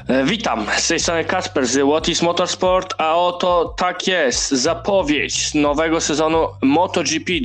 Witam, z tej strony Kasper z What is Motorsport, a oto tak jest, zapowiedź nowego sezonu MotoGP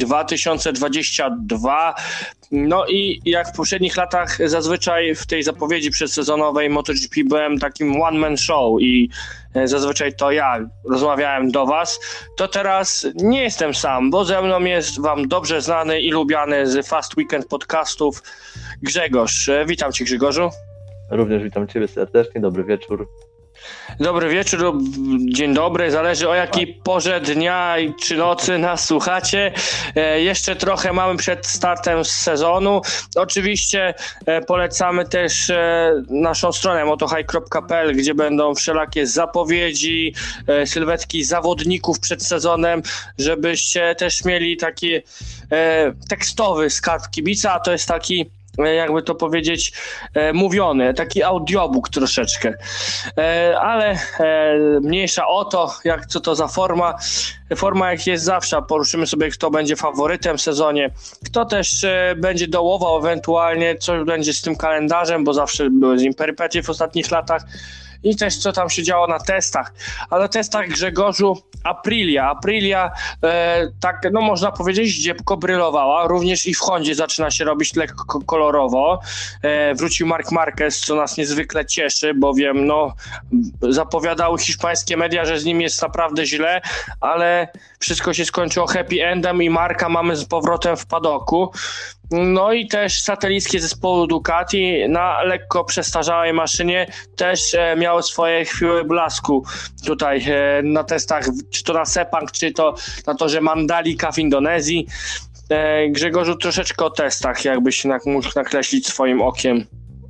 2022. No i jak w poprzednich latach zazwyczaj w tej zapowiedzi przedsezonowej MotoGP byłem takim one-man show i zazwyczaj to ja rozmawiałem do was, to teraz nie jestem sam, bo ze mną jest wam dobrze znany i lubiany z Fast Weekend podcastów Grzegorz. Witam cię, Grzegorzu. Również witam ciebie serdecznie, dobry wieczór. Dobry wieczór lub dzień dobry, zależy o jakiej porze dnia czy nocy nas słuchacie. Jeszcze trochę mamy przed startem sezonu. Oczywiście polecamy też naszą stronę motohike.pl, gdzie będą wszelakie zapowiedzi, sylwetki zawodników przed sezonem, żebyście też mieli taki tekstowy skarb kibica, a to jest taki, jakby to powiedzieć, mówiony, taki audiobook troszeczkę, ale mniejsza o to, co to za forma jak jest zawsze, poruszymy sobie, kto będzie faworytem w sezonie, kto też będzie dołował, ewentualnie coś będzie z tym kalendarzem, bo zawsze były z nim perypetie w ostatnich latach, i też co tam się działo na testach. A na testach, Grzegorzu, Aprilia tak, no można powiedzieć, zdziepko brylowała. Również i w Hondzie zaczyna się robić lekko kolorowo. Wrócił Marc Marquez, co nas niezwykle cieszy, bowiem no, zapowiadały hiszpańskie media, że z nim jest naprawdę źle, ale wszystko się skończyło happy endem i Marka mamy z powrotem w padoku. No i też satelickie zespołu Ducati na lekko przestarzałej maszynie też miały swoje chwile blasku tutaj na testach, czy to na Sepang, czy to na torze Mandalika w Indonezji. Grzegorzu, troszeczkę o testach, jakbyś mógł nakreślić swoim okiem.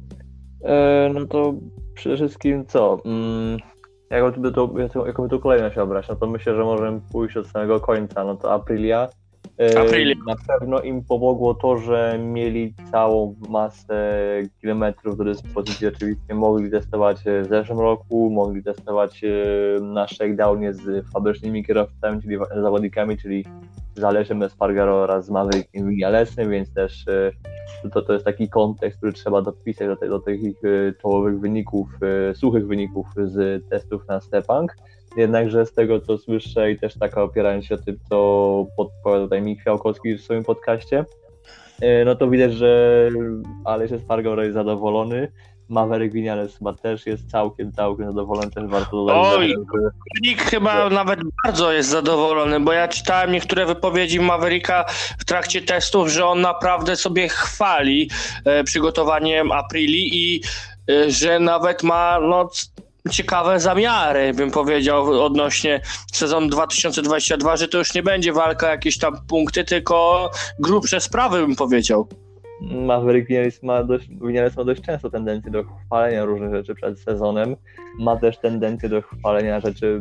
No to przede wszystkim co? Jaką by to kolejność obrać? No to myślę, że możemy pójść od samego końca. No to Aprilia. Na pewno im pomogło to, że mieli całą masę kilometrów do dyspozycji. Oczywiście mogli testować w zeszłym roku, mogli testować na shakedownie z fabrycznymi kierowcami, czyli zawodnikami, czyli z Aleixem Espargaro oraz z Maverickiem Vinalesem, więc też to jest taki kontekst, który trzeba dopisać do tych czołowych wyników, suchych wyników z testów na Sepang. Jednakże z tego, co słyszę i też taka opierając się o tym, co podpowiada tutaj Mick Fiałkowski w swoim podcaście, no to widać, że Aleix Espargaro jest zadowolony. Maverick Vinales chyba też jest całkiem zadowolony, też warto dodać. Oj, Mick chyba nawet bardzo jest zadowolony, bo ja czytałem niektóre wypowiedzi Mavericka w trakcie testów, że on naprawdę sobie chwali przygotowaniem Aprilii i że nawet ma ciekawe zamiary, bym powiedział, odnośnie sezonu 2022, że to już nie będzie walka o jakieś tam punkty, tylko grubsze sprawy, bym powiedział. Maverick Vinales ma dość często tendencję do chwalenia różnych rzeczy przed sezonem. Ma też tendencję do chwalenia rzeczy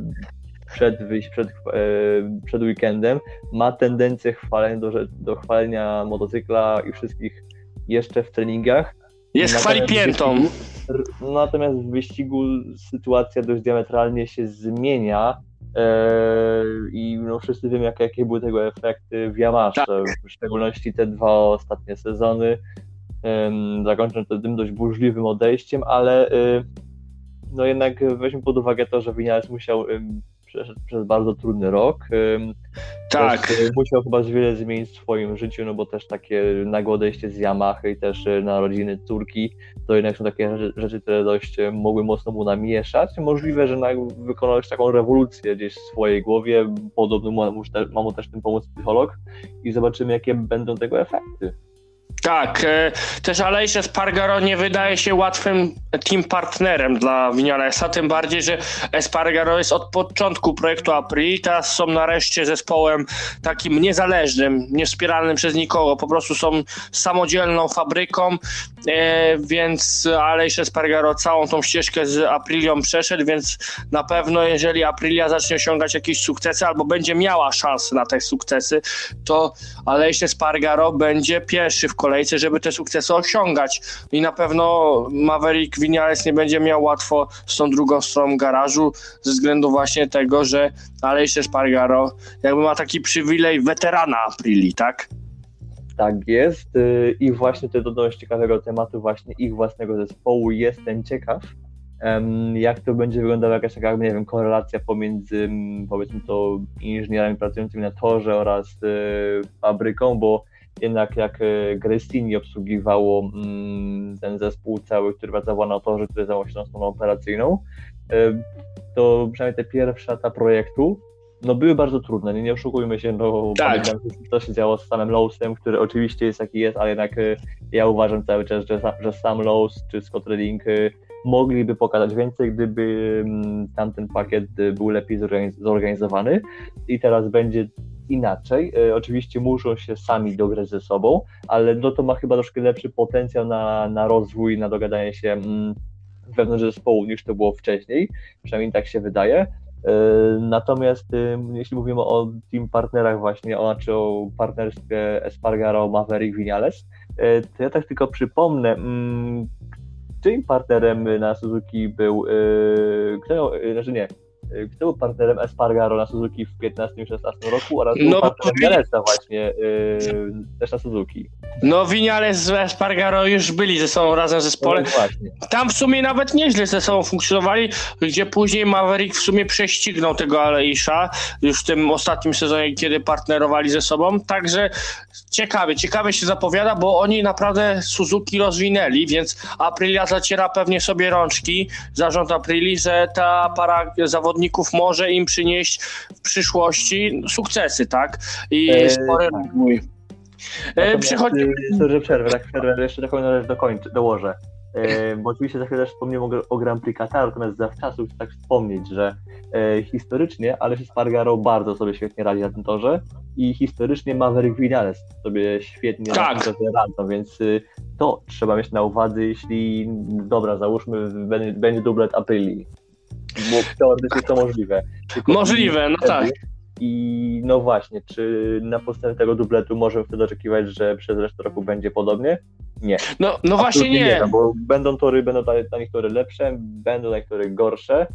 przed weekendem. Ma tendencję do chwalenia motocykla i wszystkich jeszcze w treningach. Jest chwalipiętą. Natomiast w wyścigu sytuacja dość diametralnie się zmienia i no wszyscy wiemy, jakie były tego efekty w Yamasze, w szczególności te dwa ostatnie sezony. Zakończę to tym dość burzliwym odejściem, ale no jednak weźmy pod uwagę to, że Vinales musiał przez bardzo trudny rok. Tak. Musiał chyba wiele zmienić w swoim życiu, no bo też takie nagłe odejście z Yamahy i też narodziny córki, to jednak są takie rzeczy, które dość mogły mocno mu namieszać. Możliwe, że wykonał już taką rewolucję gdzieś w swojej głowie, podobno ma mu też tym pomóc psycholog i zobaczymy, jakie będą tego efekty. Tak, też Aleix Espargaro nie wydaje się łatwym team partnerem dla Vinalesa, tym bardziej, że Espargaro jest od początku projektu Aprilia, teraz są nareszcie zespołem takim niezależnym, niewspieranym przez nikogo, po prostu są samodzielną fabryką, więc Aleix Espargaro całą tą ścieżkę z Aprilią przeszedł, więc na pewno jeżeli Aprilia zacznie osiągać jakieś sukcesy albo będzie miała szansę na te sukcesy, to Aleix Espargaro będzie pierwszy w kolejce, żeby te sukcesy osiągać. I na pewno Maverick Vinales nie będzie miał łatwo z tą drugą stroną garażu, ze względu właśnie tego, że Aleix Espargaro jakby ma taki przywilej weterana Aprilii, tak? Tak jest i właśnie to dość ciekawego tematu właśnie ich własnego zespołu. Jestem ciekaw, Jak to będzie wyglądała jakaś taka, nie wiem, korelacja pomiędzy, powiedzmy to, inżynierami pracującymi na torze oraz fabryką, bo jednak jak Gresini obsługiwało ten zespół cały, który pracował na torze, który zajmował się tą stroną operacyjną, to przynajmniej te pierwsze lata projektu no były bardzo trudne, nie oszukujmy się, no tak. Pamiętam, co się działo z samym Lowesem, który oczywiście jest jaki jest, ale jednak ja uważam cały czas, że sam Lowes czy Scott Redding mogliby pokazać więcej, gdyby tamten pakiet był lepiej zorganizowany i teraz będzie inaczej. Oczywiście muszą się sami dograć ze sobą, ale no to ma chyba troszkę lepszy potencjał na rozwój, na dogadanie się wewnątrz zespołu niż to było wcześniej, przynajmniej tak się wydaje. Natomiast jeśli mówimy o team partnerach właśnie, znaczy o partnerstwie Espargaro, Maverick, Vinales, to ja tak tylko przypomnę, czyim partnerem na Suzuki był, kto był partnerem Espargaro na Suzuki w 15-16 roku oraz był partnerem Vinalesa właśnie też na Suzuki. No Vinales z Espargaro już byli ze sobą razem w zespole. No właśnie. Tam w sumie nawet nieźle ze sobą funkcjonowali, gdzie później Maverick w sumie prześcignął tego Aleisza już w tym ostatnim sezonie, kiedy partnerowali ze sobą. Także ciekawie się zapowiada, bo oni naprawdę Suzuki rozwinęli, więc Aprilia zaciera pewnie sobie rączki, zarząd Aprilii, że ta para zawodników może im przynieść w przyszłości sukcesy, tak? I spory rozwój. Przechodzimy. Przerwę, jeszcze taką rzecz dołożę. Bo oczywiście za chwilę też wspomniałem o Grand Prix Qatar, natomiast zawczasu chcę tak wspomnieć, że historycznie Aleix Espargaro bardzo sobie świetnie radzi na tym torze i historycznie Maverick Vinales sobie świetnie na tym torze radzą, więc to trzeba mieć na uwadze, jeśli, dobra, załóżmy, będzie dublet Aprilii, bo teoretycznie to możliwe. Możliwe, no tak. I no właśnie, czy na podstawie tego dubletu możemy wtedy oczekiwać, że przez resztę roku będzie podobnie? Nie. No właśnie nie. No bo będą dla nich tory lepsze, będą dla nich tory gorsze.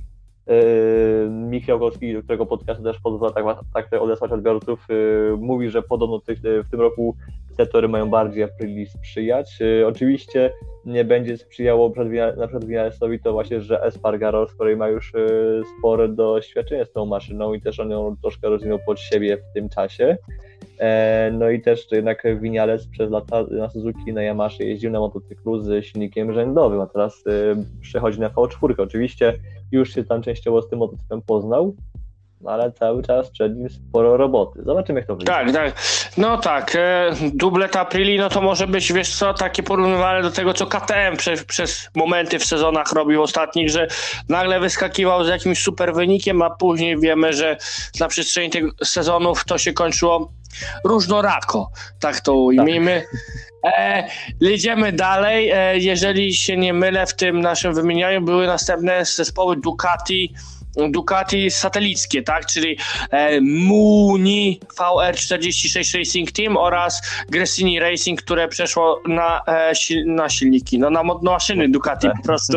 Michał Kowalski, do którego podcastu też pozwala tak odesłać odbiorców, mówi, że podobno w tym roku te tory mają bardziej Aprilii sprzyjać. Oczywiście nie będzie sprzyjało na przykład Vinalesowi to właśnie, że Espargaro, z której ma już spore doświadczenie z tą maszyną i też on ją troszkę rozwinął pod siebie w tym czasie. No i też jednak Vinales przez lata na Suzuki, na Yamasze jeździł na motocyklu z silnikiem rzędowym, a teraz przechodzi na V4. Oczywiście już się tam częściowo z tym motocyklem poznał, ale cały czas przed nim sporo roboty. Zobaczymy, jak to wyjdzie. Tak. No tak, dublet Aprilii, no to może być, wiesz co, takie porównywalne do tego, co KTM przez momenty w sezonach robił ostatnich, że nagle wyskakiwał z jakimś super wynikiem, a później wiemy, że na przestrzeni tych sezonów to się kończyło różnorodko, tak to ujmijmy. Idziemy dalej. Jeżeli się nie mylę, w tym naszym wymienianiu były następne zespoły Ducati satelickie, tak, czyli Muni VR46 Racing Team oraz Gresini Racing, które przeszło na silniki, na maszyny Ducati po prostu.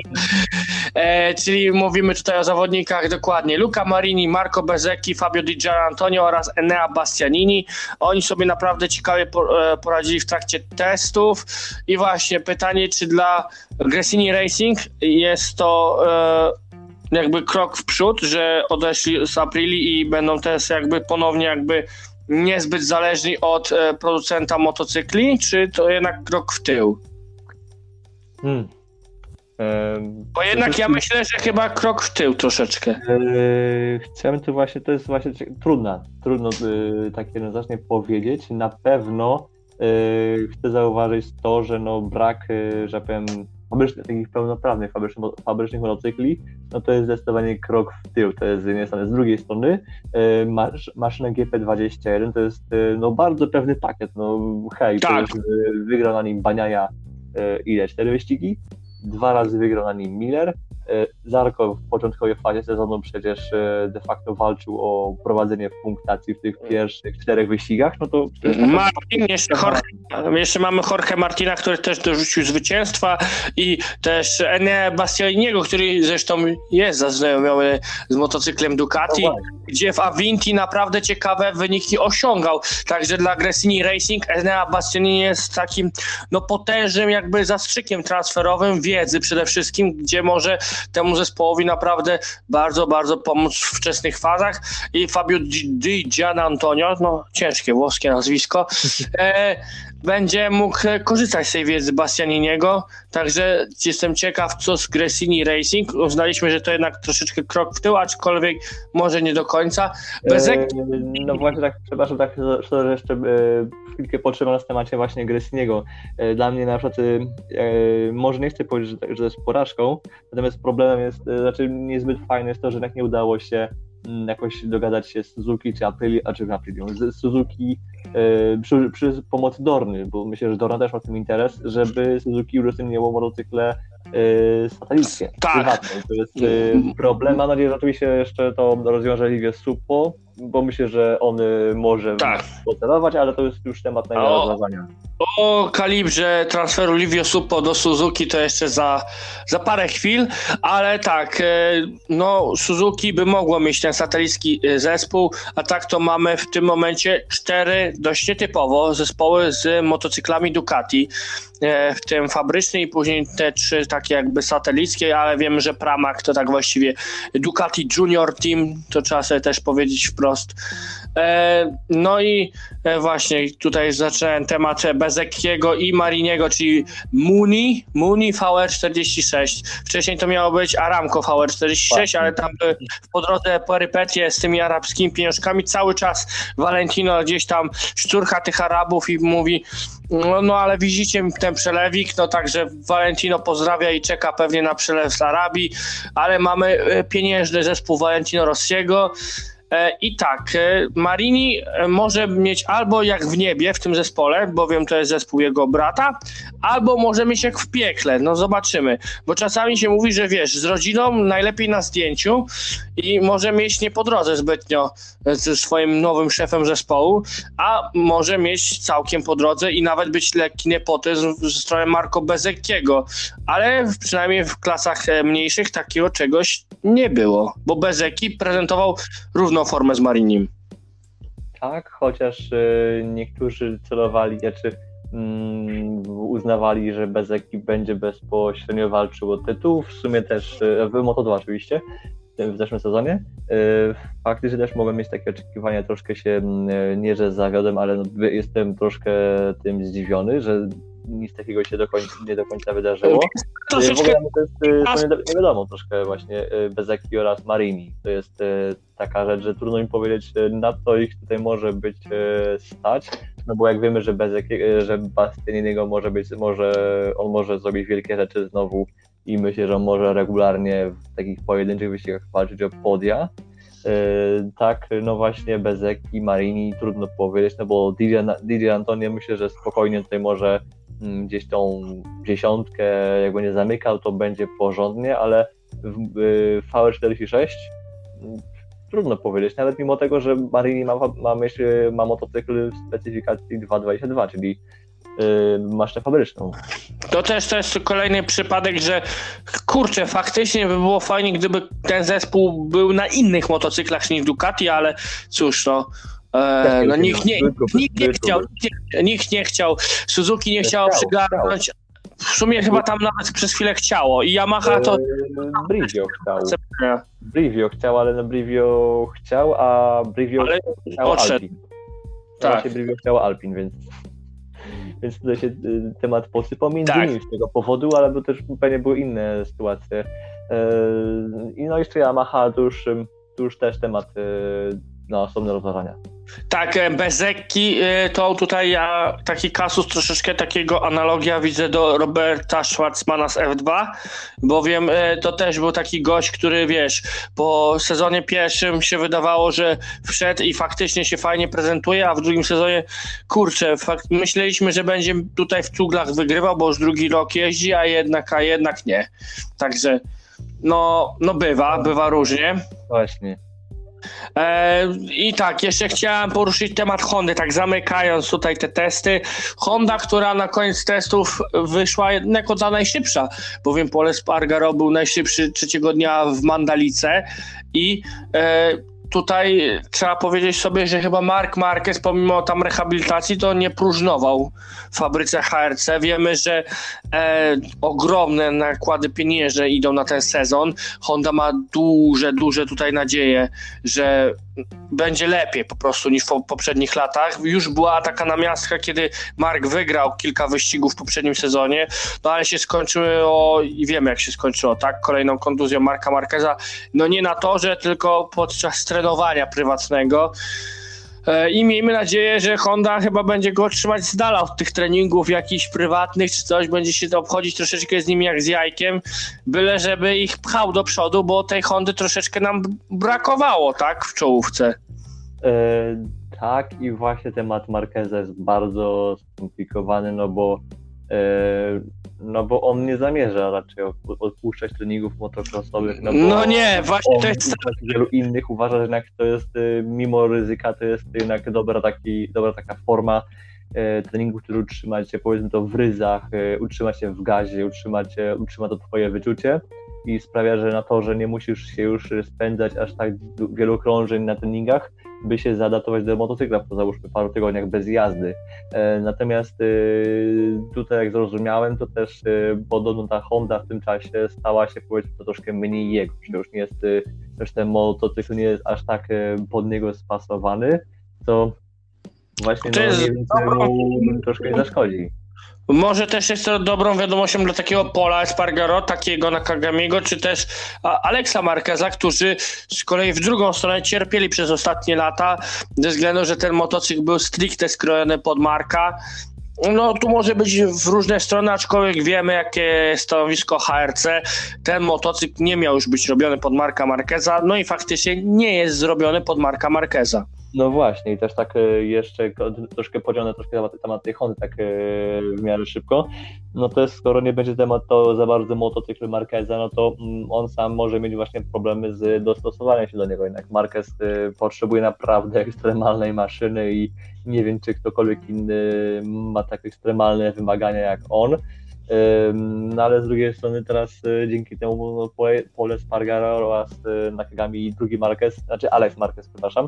Czyli mówimy tutaj o zawodnikach dokładnie Luca Marini, Marco Bezzecchi, Fabio Di Gianantonio oraz Enea Bastianini. Oni sobie naprawdę ciekawie poradzili w trakcie testów i właśnie pytanie, czy dla Gresini Racing jest to jakby krok w przód, że odeszli z Aprilii i będą teraz jakby ponownie jakby niezbyt zależni od producenta motocykli, czy to jednak krok w tył? Bo jednak ja myślę, że chyba krok w tył troszeczkę. To jest właśnie trudno tak jednoznacznie powiedzieć. Na pewno chcę zauważyć to, że brak, że powiem, takich pełnoprawnych fabrycznych motocykli, no to jest zdecydowanie krok w tył. To jest z jednej strony. Z drugiej strony maszyna GP21 to jest bardzo pewny pakiet. Tak. Wygrał na nim Bagnaia 4 wyścigi, 2 razy wygrał na nim Miller. Zarco w początkowej fazie sezonu przecież de facto walczył o prowadzenie w punktacji w tych pierwszych 4 wyścigach, no to... Martin, jeszcze mamy Jorge Martina, który też dorzucił zwycięstwa i też Enea Bastianiniego, który zresztą jest zaznajomiony z motocyklem Ducati, gdzie w Avinti naprawdę ciekawe wyniki osiągał. Także dla Gresini Racing Enea Bastianini jest takim potężnym jakby zastrzykiem transferowym wiedzy przede wszystkim, gdzie może temu zespołowi naprawdę bardzo, bardzo pomóc w wczesnych fazach i Fabio Di Gianantonio, no ciężkie włoskie nazwisko, będzie mógł korzystać z tej wiedzy Bastianiniego, także jestem ciekaw, co z Gresini Racing. Uznaliśmy, że to jednak troszeczkę krok w tył, aczkolwiek może nie do końca. No właśnie tak, przepraszam, tak że jeszcze chwilkę potrzeba na temacie właśnie Gresiniego. Dla mnie na przykład, może nie chcę powiedzieć, że to jest porażką, natomiast problemem jest, znaczy niezbyt fajne jest to, że jednak nie udało się jakoś dogadać się z Suzuki czy Aprilią, z Suzuki przy pomocy Dorny, bo myślę, że Dorna też ma w tym interes, żeby Suzuki udostępniało motocykle satelickie, prywatne. To jest problem. Mam nadzieję, że oczywiście jeszcze to rozwiąże Livio Suppo, bo myślę, że on może pocelować, ale to jest już temat na rozważania. O kalibrze transferu Livio Suppo do Suzuki to jeszcze za parę chwil, ale tak, no Suzuki by mogło mieć ten satelicki zespół, a tak to mamy w tym momencie 4 dość nietypowo zespoły z motocyklami Ducati, w tym fabryczny i później te 3 takie jakby satelickie, ale wiemy, że Pramac to tak właściwie Ducati Junior Team, to trzeba sobie też powiedzieć wprost. No i właśnie tutaj zacząłem temat Bezzecchiego i Mariniego, czyli Muni VR46. Wcześniej to miało być Aramco VR46, ale tam po drodze perypetie z tymi arabskimi pieniążkami. Cały czas Valentino gdzieś tam szturcha tych Arabów i mówi, no ale widzicie ten przelewik, no także Valentino pozdrawia i czeka pewnie na przelew z Arabii, ale mamy pieniężny zespół Valentino Rossiego. I tak, Marini może mieć albo jak w niebie w tym zespole, bowiem to jest zespół jego brata, albo może mieć jak w piekle, no zobaczymy, bo czasami się mówi, że wiesz, z rodziną najlepiej na zdjęciu i może mieć nie po drodze zbytnio ze swoim nowym szefem zespołu, a może mieć całkiem po drodze i nawet być lekki nepotyzm ze strony Marco Bezzecchiego, ale przynajmniej w klasach mniejszych takiego czegoś nie było, bo Bezzecchi prezentował równą formę z Marinim. Tak, chociaż niektórzy celowali, uznawali, że Bezzecchi będzie bezpośrednio walczył o tytuł, w sumie też w Moto2 oczywiście, w zeszłym sezonie. Faktycznie też mogłem mieć takie oczekiwania, troszkę się nie, że zawiodłem, ale jestem troszkę tym zdziwiony, że nic takiego się nie do końca wydarzyło. Troszeczkę... To jest nie wiadomo troszkę właśnie Bezzecchi oraz Marini. To jest taka rzecz, że trudno mi powiedzieć, na co ich tutaj może być stać, no bo jak wiemy, że Bastianiniego on może zrobić wielkie rzeczy znowu i myślę, że on może regularnie w takich pojedynczych wyścigach walczyć o podia. Tak, no właśnie Bezzecchi, Marini, trudno powiedzieć, no bo Di Antonio myślę, że spokojnie tutaj może gdzieś tą 10, jak będzie zamykał, to będzie porządnie, ale w VR46 trudno powiedzieć, nawet mimo tego, że Marini ma motocykl w specyfikacji 2.22, czyli maszynę fabryczną. To też to jest kolejny przypadek, że kurczę, faktycznie by było fajnie, gdyby ten zespół był na innych motocyklach niż Ducati, ale cóż, no nikt nie chciał, Suzuki nie chciało przygarnąć, w sumie chyba tam nawet przez chwilę chciało i Yamaha to... Brivio chciał, ale Brivio chciał, a Brivio chciał Alpin. Tak. Brivio chciał Alpin, więc tutaj się temat posypał między innymi z tego powodu, ale też pewnie były inne sytuacje. I no jeszcze Yamaha to już też temat na osobne rozważania. Tak, Bezzecchi to tutaj ja taki kasus, troszeczkę takiego analogia widzę do Roberta Schwarzmana z F2, bowiem to też był taki gość, który wiesz, po sezonie pierwszym się wydawało, że wszedł i faktycznie się fajnie prezentuje, a w drugim sezonie kurczę, myśleliśmy, że będzie tutaj w cuglach wygrywał, bo już drugi rok jeździ, a jednak nie. Także no bywa różnie. Właśnie. I tak, jeszcze chciałem poruszyć temat Hondy, tak zamykając tutaj te testy. Honda, która na koniec testów wyszła jako ta najszybsza, bowiem Pole Espargaro był najszybszy trzeciego dnia w Mandalice i tutaj trzeba powiedzieć sobie, że chyba Marc Marquez pomimo tam rehabilitacji to nie próżnował w fabryce HRC. Wiemy, że ogromne nakłady pieniężne idą na ten sezon. Honda ma duże tutaj nadzieje, że będzie lepiej po prostu niż w poprzednich latach. Już była taka namiastka, kiedy Marc wygrał kilka wyścigów w poprzednim sezonie, no ale się skończyło i wiemy jak się skończyło, tak? Kolejną kontuzją Marca Marqueza, no nie na torze, tylko podczas trenowania prywatnego. I miejmy nadzieję, że Honda chyba będzie go trzymać z dala od tych treningów jakichś prywatnych czy coś, będzie się to obchodzić troszeczkę z nimi jak z jajkiem, byle żeby ich pchał do przodu, bo tej Hondy troszeczkę nam brakowało, tak, w czołówce. Tak, i właśnie temat Marqueza jest bardzo skomplikowany, no bo on nie zamierza raczej odpuszczać treningów motocrossowych. No nie, właśnie to jest... Wielu innych uważa, że jednak to jest, mimo ryzyka, to jest jednak dobra taka forma treningu, który utrzyma cię, powiedzmy to w ryzach, utrzyma cię w gazie, utrzyma to twoje wyczucie i sprawia, że na to, że nie musisz się już spędzać aż tak wielu krążeń na treningach, by się zaadaptować do motocykla po załóżmy paru tygodniach bez jazdy. Natomiast tutaj jak zrozumiałem, to też podobno ta Honda w tym czasie stała się powiedzmy to troszkę mniej jego, że już nie jest, też ten motocykl nie jest aż tak pod niego spasowany, co właśnie to jest mu troszkę nie zaszkodzi. Może też jest to dobrą wiadomością dla takiego Paula Espargaro, takiego Nakagamiego, czy też Alexa Marqueza, którzy z kolei w drugą stronę cierpieli przez ostatnie lata, ze względu, że ten motocykl był stricte skrojony pod Marca. No tu może być w różne strony, aczkolwiek wiemy jakie jest stanowisko HRC. Ten motocykl nie miał już być robiony pod Marca Marqueza, no i faktycznie nie jest zrobiony pod Marca Marqueza. No właśnie i też tak jeszcze troszkę pociągnę temat tej Hondy tak w miarę szybko, no to jest, skoro nie będzie temat to za bardzo motocykl Marqueza, no to on sam może mieć właśnie problemy z dostosowaniem się do niego, jednak Marquez potrzebuje naprawdę ekstremalnej maszyny i nie wiem, czy ktokolwiek inny ma tak ekstremalne wymagania jak on. No ale z drugiej strony teraz dzięki temu Paul Espargaro oraz Nakagami i drugi Marquez, znaczy Alex Marquez, przepraszam,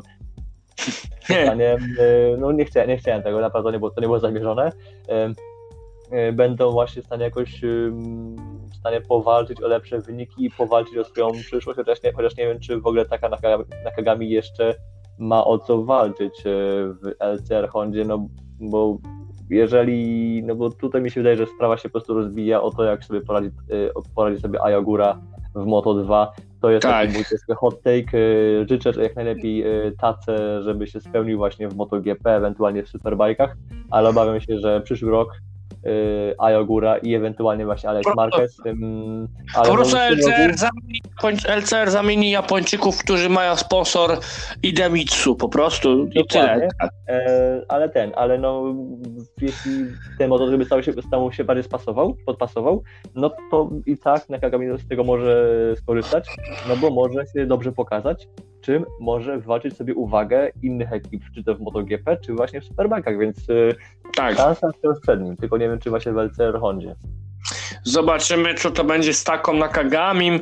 no nie chciałem tego, naprawdę to nie było zamierzone. Będą właśnie w stanie jakoś w stanie powalczyć o lepsze wyniki i powalczyć o swoją przyszłość, chociaż nie wiem, czy w ogóle taka Nakagami jeszcze ma o co walczyć w LCR Hondzie, no bo tutaj mi się wydaje, że sprawa się po prostu rozbija o to, jak sobie poradzi sobie Ayogura w Moto2. To jest taki mój hot take. Życzę jak najlepiej Tace, żeby się spełnił właśnie w MotoGP, ewentualnie w Superbike'ach, ale obawiam się, że przyszły rok Ayogura i ewentualnie właśnie Alex Marquez. Po prostu LCR zamieni Japończyków, którzy mają sponsor Idemitsu po prostu i tyle. Ale no jeśli ten motor stał się bardziej podpasował, no to i tak Nakagami z tego może skorzystać, no bo może się dobrze pokazać, czym może wywalczyć sobie uwagę innych ekip, czy to w MotoGP, czy właśnie w Superbike'ach, więc szansa wciąż przed nim, tylko nie wiem, czy właśnie w LCR Hondzie. Zobaczymy, co to będzie z taką Nakagamim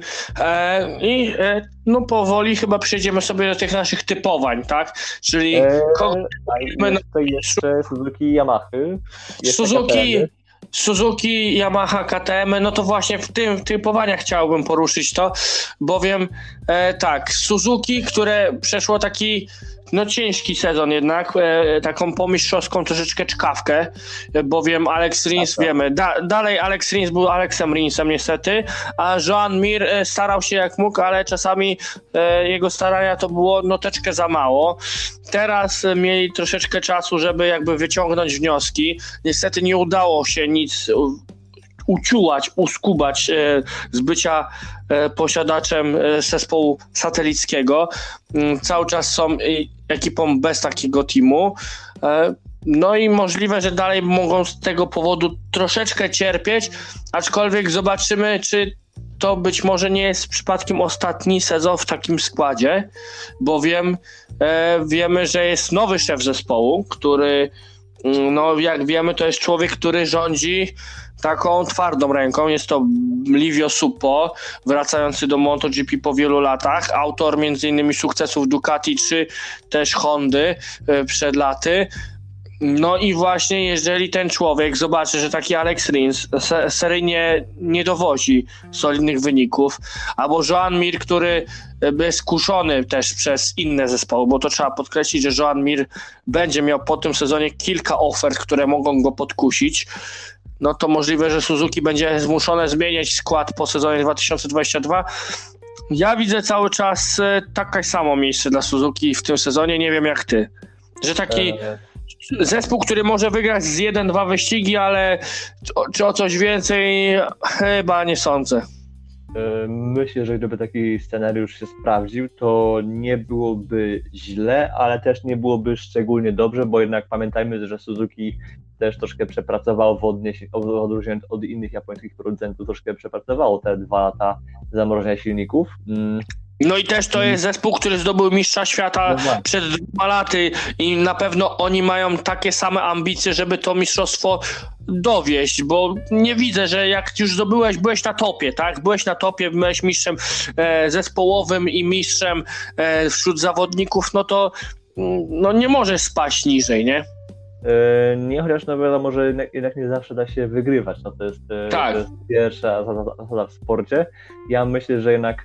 no powoli chyba przejdziemy sobie do tych naszych typowań, tak? Czyli jeszcze Suzuki, Yamahy. Suzuki, Yamaha, KTM, no to właśnie w tym typowaniach chciałbym poruszyć to, bowiem Suzuki, które przeszło taki ciężki sezon jednak, taką pomistrzowską troszeczkę czkawkę, bowiem Alex Rins, wiemy, dalej Alex Rins był Alexem Rinsem niestety, a Joan Mir starał się jak mógł, ale czasami jego starania to było noteczkę za mało. Teraz mieli troszeczkę czasu, żeby jakby wyciągnąć wnioski. Niestety nie udało się nic uskubać z bycia posiadaczem zespołu satelickiego. Cały czas są ekipą bez takiego teamu. No i możliwe, że dalej mogą z tego powodu troszeczkę cierpieć, aczkolwiek zobaczymy, czy to być może nie jest przypadkiem ostatni sezon w takim składzie, bowiem wiemy, że jest nowy szef zespołu, który jak wiemy, to jest człowiek, który rządzi taką twardą ręką. Jest to Livio Suppo, wracający do MotoGP po wielu latach, autor m.in. sukcesów Ducati czy też Hondy przed laty. No i właśnie jeżeli ten człowiek zobaczy, że taki Alex Rins seryjnie nie dowozi solidnych wyników, albo Joan Mir, który jest kuszony też przez inne zespoły, bo to trzeba podkreślić, że Joan Mir będzie miał po tym sezonie kilka ofert, które mogą go podkusić, no to możliwe, że Suzuki będzie zmuszone zmieniać skład po sezonie 2022. Ja widzę cały czas takie samo miejsce dla Suzuki w tym sezonie, nie wiem jak ty, że taki zespół, który może wygrać z 1-2 wyścigi, ale czy o coś więcej chyba nie sądzę. Myślę, że gdyby taki scenariusz się sprawdził, to nie byłoby źle, ale też nie byłoby szczególnie dobrze, bo jednak pamiętajmy, że Suzuki też troszkę przepracowało odróżniając od innych japońskich producentów, troszkę przepracowało te 2 lata zamrożenia silników. No i też to jest zespół, który zdobył mistrza świata przed 2 laty i na pewno oni mają takie same ambicje, żeby to mistrzostwo dowieść, bo nie widzę, że jak już byłeś na topie, tak? Byłeś na topie, byłeś mistrzem zespołowym i mistrzem wśród zawodników, no to no nie możesz spaść niżej, nie? Nie, chociaż no wiadomo, że jednak nie zawsze da się wygrywać. No to jest pierwsza zasada w sporcie. Ja myślę, że jednak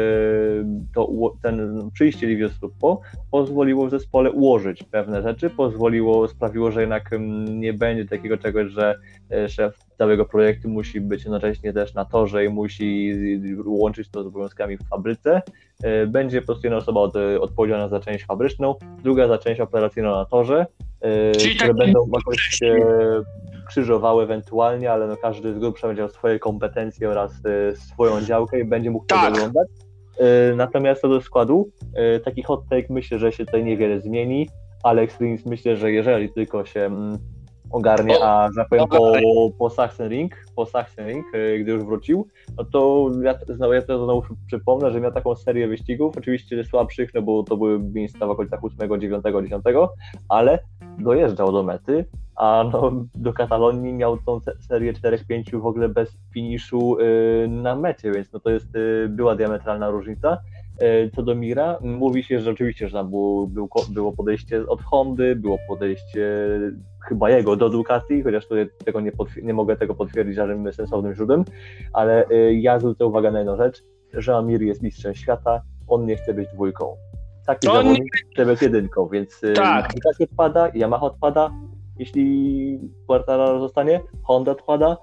ten przyjście Livio Suppo pozwoliło w zespole ułożyć pewne rzeczy, sprawiło, że jednak nie będzie takiego czegoś, że szef całego projektu musi być jednocześnie też na torze i musi łączyć to z obowiązkami w fabryce. Będzie po prostu jedna osoba odpowiedzialna za część fabryczną, druga za część operacyjną na torze, które będą jakoś się krzyżowały ewentualnie, ale no każdy z grubsza będzie miał swoje kompetencje oraz swoją działkę i będzie mógł to oglądać. Natomiast co do składu, taki hot take myślę, że się tutaj niewiele zmieni. Alex Rins myślę, że jeżeli tylko się ogarnie, a że powiem po Sachsenring, gdy już wrócił, no to ja znowu przypomnę, że miał taką serię wyścigów, oczywiście słabszych, no bo to były miejsca w okolicach 8, 9, 10, ale dojeżdżał do mety, a no, do Katalonii miał tą serię 4-5 w ogóle bez finiszu na mecie, więc no to była diametralna różnica. Co do Mira, mówi się, że oczywiście, że tam było podejście od Hondy, było podejście chyba jego do Ducati, chociaż tego nie mogę tego potwierdzić żadnym sensownym źródłem, ale ja zwrócę uwagę na jedną rzecz, że Mir jest mistrzem świata, on nie chce być dwójką. Taki zawodnik chce być jedynką, więc Ducati odpada, Yamaha odpada, jeśli Quartararo zostanie, Honda odpada,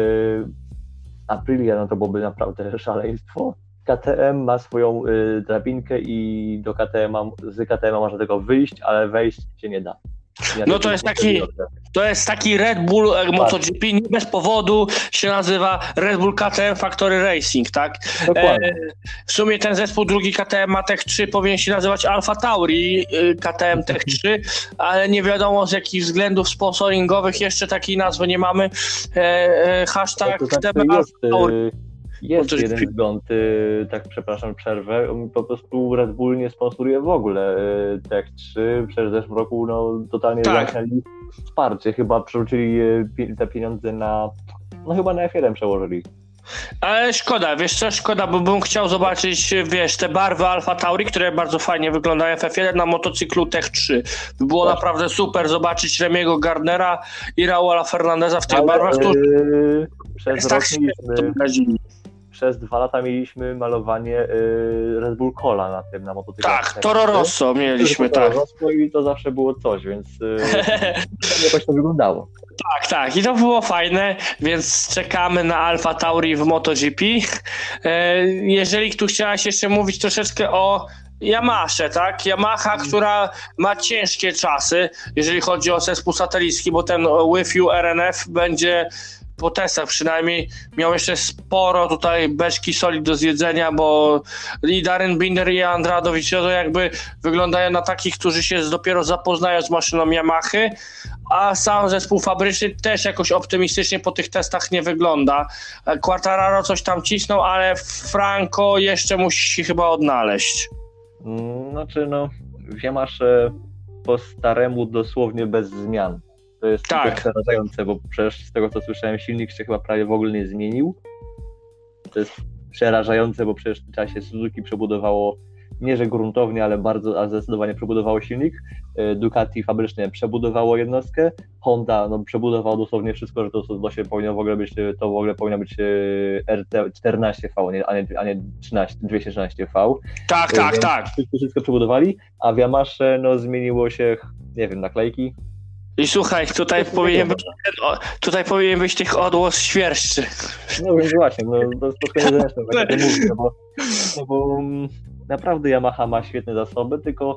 Aprilia, no to byłoby naprawdę szaleństwo. KTM ma swoją drabinkę i z KTM można tego wyjść, ale wejść się nie da. No to jest taki Red Bull MotoGP, nie bez powodu się nazywa Red Bull KTM Factory Racing, tak? W sumie ten zespół drugi KTM ma Tech 3 powinien się nazywać Alfa Tauri KTM Tech 3, ale nie wiadomo z jakich względów sponsoringowych jeszcze takiej nazwy nie mamy. Hashtag Alfa Tauri. Jest jeden wzgląd, tak przepraszam, przerwę, po prostu Red Bull nie sponsoruje w ogóle Tech 3, przecież w zeszłym roku totalnie zamknęli wsparcie, chyba przerzucili te pieniądze no chyba na F1 przełożyli. Ale szkoda, wiesz co, szkoda, bo bym chciał zobaczyć, te barwy Alfa Tauri, które bardzo fajnie wyglądają w F1 na motocyklu Tech 3. By było naprawdę super zobaczyć Remiego Gardnera i Raula Fernandeza w tych barwach, Przez 2 lata mieliśmy malowanie Red Bull Cola na motocyklu. Tak, Toro Rosso mieliśmy, tak. Rosso i to zawsze było coś, więc jakoś to wyglądało. Tak, i to było fajne, więc czekamy na Alfa Tauri w MotoGP. Jeżeli tu chciałaś jeszcze mówić troszeczkę o Yamasze, tak? Yamaha, która ma ciężkie czasy, jeżeli chodzi o zespół satelicki, bo ten With You RNF będzie po testach przynajmniej miał jeszcze sporo tutaj beczki soli do zjedzenia, bo i Darren Binder i Andrea Dovizioso jakby wyglądają na takich, którzy się dopiero zapoznają z maszyną Yamahy, a sam zespół fabryczny też jakoś optymistycznie po tych testach nie wygląda. Quartararo coś tam cisnął, ale Franco jeszcze musi się chyba odnaleźć. Znaczy w Yamasze po staremu dosłownie bez zmian. To jest przerażające, bo przecież z tego co słyszałem, silnik się chyba prawie w ogóle nie zmienił. To jest przerażające, bo przecież w tym czasie Suzuki przebudowało, nie że gruntownie, ale zdecydowanie przebudowało silnik. Ducati fabrycznie przebudowało jednostkę. Honda przebudował dosłownie wszystko, że to się powinno w ogóle być, to w ogóle powinno być RT14V, a nie 213V. Tak. Wszystko przebudowali, a w Yamasze zmieniło się, nie wiem, naklejki. I słuchaj, tutaj powinien być tych odgłos świerszczy. No więc właśnie, to jest troszkę niezręczne, tak jak mówię, bo naprawdę Yamaha ma świetne zasoby, tylko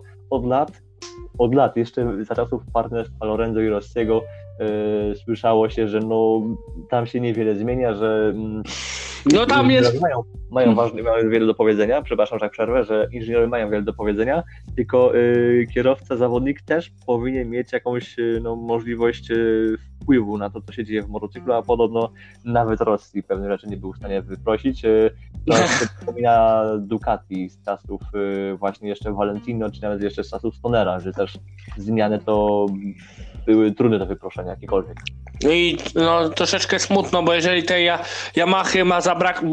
od lat, jeszcze za czasów partnerstwa Lorenzo i Rossiego słyszało się, że tam się niewiele zmienia, że tam jest... mają wiele do powiedzenia, przepraszam, że tak przerwę, że inżynierowie mają wiele do powiedzenia, tylko kierowca, zawodnik też powinien mieć jakąś możliwość wpływu na to, co się dzieje w motocyklu, a podobno nawet Rossi pewne rzeczy nie był w stanie wyprosić. To przypomina Ducati z czasów właśnie jeszcze Valentino, czy nawet jeszcze z czasów Stonera, że też zmiany to były trudne do wyproszenia, jakiekolwiek. No i troszeczkę smutno, bo jeżeli tej Yamahy ma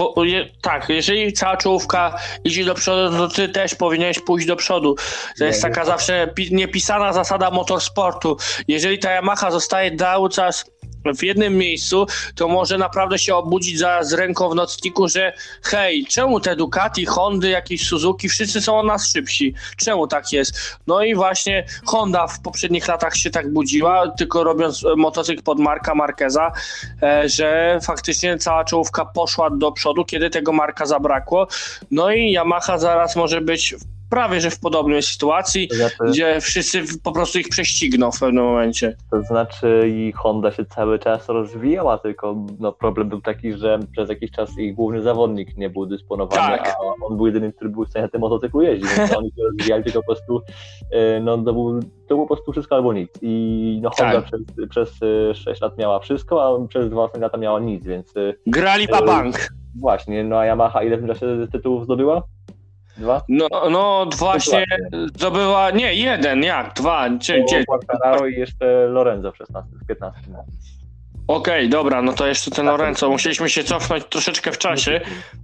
jeżeli cała czołówka idzie do przodu, to ty też powinieneś pójść do przodu. To jest taka zawsze niepisana zasada motorsportu. Jeżeli ta Yamaha zostaje cały czas w jednym miejscu, to może naprawdę się obudzić z ręką w nocniku, że hej, czemu te Ducati, Hondy, jakieś Suzuki, wszyscy są od nas szybsi? Czemu tak jest? No i właśnie Honda w poprzednich latach się tak budziła, tylko robiąc motocykl pod Marka Marqueza, że faktycznie cała czołówka poszła do przodu, kiedy tego Marka zabrakło. No i Yamaha zaraz może być prawie że w podobnej sytuacji, gdzie wszyscy po prostu ich prześcigną w pewnym momencie. To znaczy i Honda się cały czas rozwijała, tylko problem był taki, że przez jakiś czas ich główny zawodnik nie był dysponowany, a on był jedynym, który był w stanie na tym motocyklu jeździć, więc oni się rozwijali, tylko po prostu to było po prostu wszystko albo nic. I Honda przez 6 lat miała wszystko, a przez 2 lata miała nic, więc... Grali bank. Właśnie, a Yamaha ile w tym czasie tytułów zdobyła? 2? Właśnie zdobyła, nie, 1, jak? 2, Quartararo i jeszcze Lorenzo w 15. Okej, dobra, to jeszcze ten Lorenzo, musieliśmy się cofnąć troszeczkę w czasie.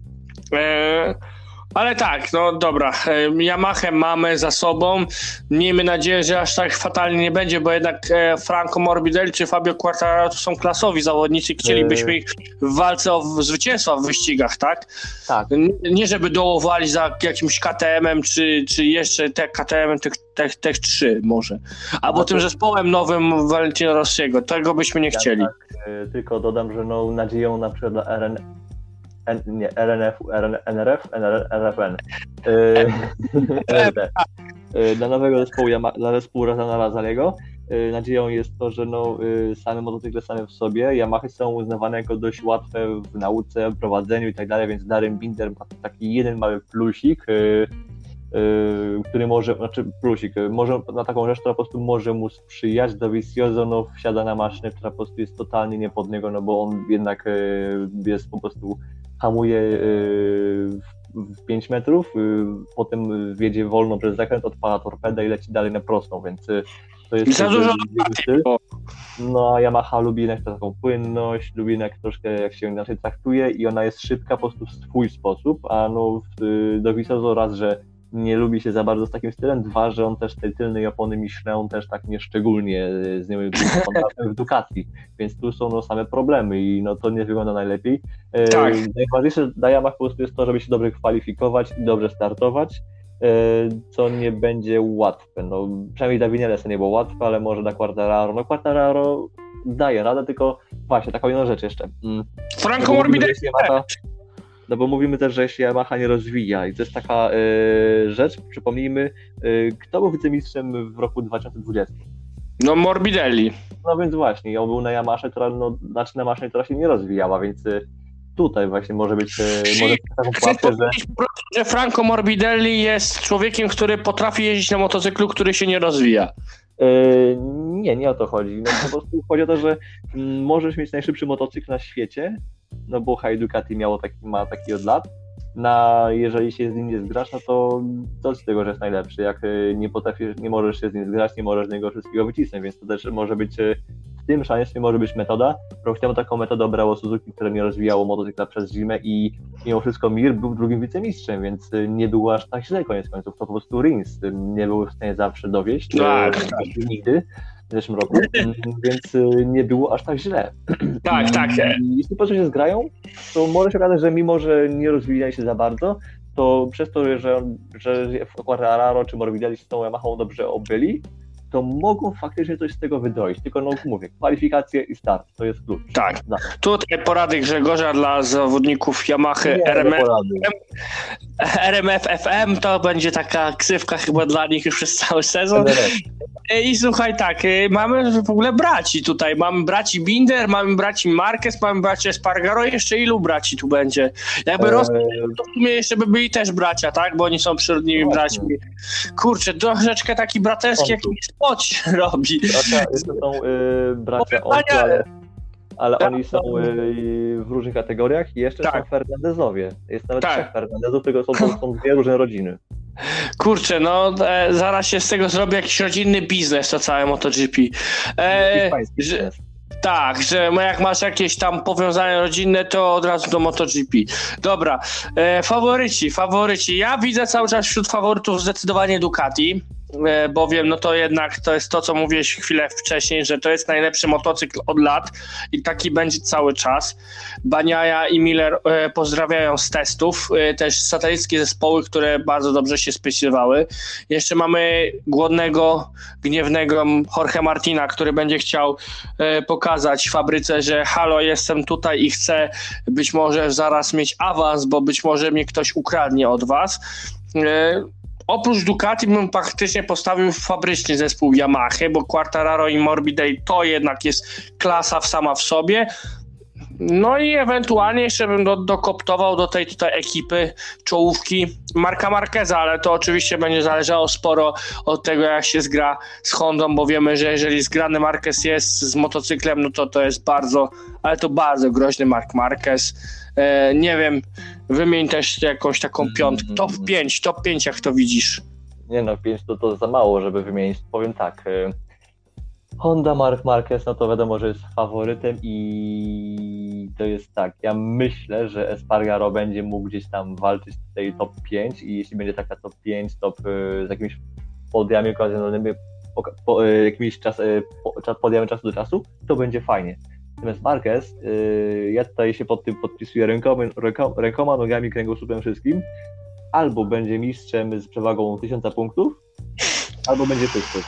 Ale tak, dobra, Yamahę mamy za sobą, miejmy nadzieję, że aż tak fatalnie nie będzie, bo jednak Franco Morbidelli czy Fabio Quartararo to są klasowi zawodnicy, chcielibyśmy ich w walce o zwycięstwa w wyścigach, tak? Tak. Nie żeby dołowali za jakimś KTM-em, czy jeszcze te KTM-em, tych 3 może. Albo tym zespołem nowym Valentino Rossiego, tego byśmy nie chcieli. Tak, tylko dodam, że nadzieją na przykład dla dla nowego zespołu, dla zespołu Razana Razaliego nadzieją jest to, że same motocykle same w sobie, Yamahy są uznawane jako dość łatwe w nauce, prowadzeniu i tak dalej, więc Darren Binder ma taki jeden mały plusik, który może na taką rzecz, która po prostu może mu sprzyjać. Dovizioso wsiada na maszynę, która po prostu jest totalnie nie pod niego, bo on jednak jest po prostu hamuje w 5 metrów, potem wjedzie wolno przez zakręt, odpala torpedę i leci dalej na prostą, więc to jest za dużo styl. A Yamaha lubi jednak taką płynność, lubi jednak troszkę jak się inaczej traktuje i ona jest szybka po prostu w swój sposób, a Dovizioso raz, że nie lubi się za bardzo z takim stylem, 2, że on też tej tylnej opony Michelin też tak nieszczególnie z nią w Ducati, więc tu są same problemy i to nie wygląda najlepiej. Tak. Najważniejsze dla Yamaha po prostu jest to, żeby się dobrze kwalifikować i dobrze startować, co nie będzie łatwe. Przynajmniej dla Vinalesa nie było łatwe, ale może dla Quartararo. Quartararo daje radę, tylko właśnie taką jedną rzecz jeszcze. Franco Morbidelli. Bo mówimy też, że jeśli Yamaha nie rozwija i to jest taka rzecz, przypomnijmy, kto był wicemistrzem w roku 2020? Morbidelli. Więc właśnie, on był na Yamasze, na maszynie, która się nie rozwijała, więc tutaj właśnie może być taką pułapkę, że Franco Morbidelli jest człowiekiem, który potrafi jeździć na motocyklu, który się nie rozwija. Nie o to chodzi. Po prostu chodzi o to, że możesz mieć najszybszy motocykl na świecie, bo Ducati ma taki od lat. Jeżeli się z nim nie zgrasz, to co z tego, że jest najlepszy? Jak nie możesz się z nim zgrać, nie możesz z niego wszystkiego wycisnąć, więc to też może być tym szaleństwie może być metoda. Rok temu taką metodę brało Suzuki, które nie rozwijało motocykla przez zimę i mimo wszystko Mir był drugim wicemistrzem, więc nie było aż tak źle koniec końców. To po prostu Rins nie był w stanie zawsze dowieść. Tak. Nigdy w zeszłym roku, więc nie było aż tak źle. Tak. Jeśli po prostu się zgrają, to może się okazać, że mimo, że nie rozwijali się za bardzo, to przez to, że Quartararo czy Morbidelli z tą Yamahą dobrze obyli, to mogą faktycznie coś z tego wydoić. Tylko mówię, kwalifikacje i start, to jest klucz. Tak. Tutaj porady Grzegorza dla zawodników Yamahy RMF FM, to będzie taka ksywka chyba dla nich już przez cały sezon. I słuchaj, tak, mamy w ogóle braci tutaj. Mamy braci Binder, mamy braci Marquez, mamy braci Espargaro, jeszcze ilu braci tu będzie? Jakby to w sumie jeszcze by byli też bracia, tak? Bo oni są przyrodnimi braćmi. Kurczę, troszeczkę taki braterski jak Spot robi. Bracia, to są bracia ale oni są w różnych kategoriach i jeszcze są Fernandezowie. Jest nawet 3 Fernandezów, tylko są 2 różne rodziny. Kurczę, no zaraz się z tego zrobi jakiś rodzinny biznes, to całe MotoGP. Tak, że jak masz jakieś tam powiązania rodzinne, to od razu do MotoGP. Dobra, faworyci. Ja widzę cały czas wśród faworytów zdecydowanie Ducati, bowiem no to jednak to jest to, co mówiłeś chwilę wcześniej, że to jest najlepszy motocykl od lat i taki będzie cały czas. Bagnaia i Miller pozdrawiają z testów, też satelickie zespoły, które bardzo dobrze się spisywały. Jeszcze mamy głodnego, gniewnego Jorge Martina, który będzie chciał pokazać fabryce, że halo, jestem tutaj i chcę być może zaraz mieć awans, bo być może mnie ktoś ukradnie od was. Oprócz Ducati bym faktycznie postawił fabryczny zespół Yamahy, bo Quartararo i Morbidelli to jednak jest klasa sama w sobie. No i ewentualnie jeszcze bym dokoptował do tej tutaj ekipy czołówki Marka Marqueza, ale to oczywiście będzie zależało sporo od tego, jak się zgra z Hondą, bo wiemy, że jeżeli zgrany Marquez jest z motocyklem, no to jest bardzo, ale to bardzo groźny Mark Marquez. Nie wiem, wymień też jakąś taką piątkę. Top 5, jak to widzisz? Nie no, 5 to za mało, żeby wymienić. Powiem tak, Honda, Mark Marquez, no to wiadomo, że jest faworytem i to jest tak, ja myślę, że Espargaro będzie mógł gdzieś tam walczyć w tej top 5 i jeśli będzie taka top 5, z jakimiś podiami okazjonalnymi, jakimiś podiami czasu do czasu, to będzie fajnie. Natomiast Marquez, ja tutaj się pod tym podpisuję rękoma, nogami, kręgosłupem, wszystkim. Albo będzie mistrzem z przewagą 1000 punktów, albo będzie szósty.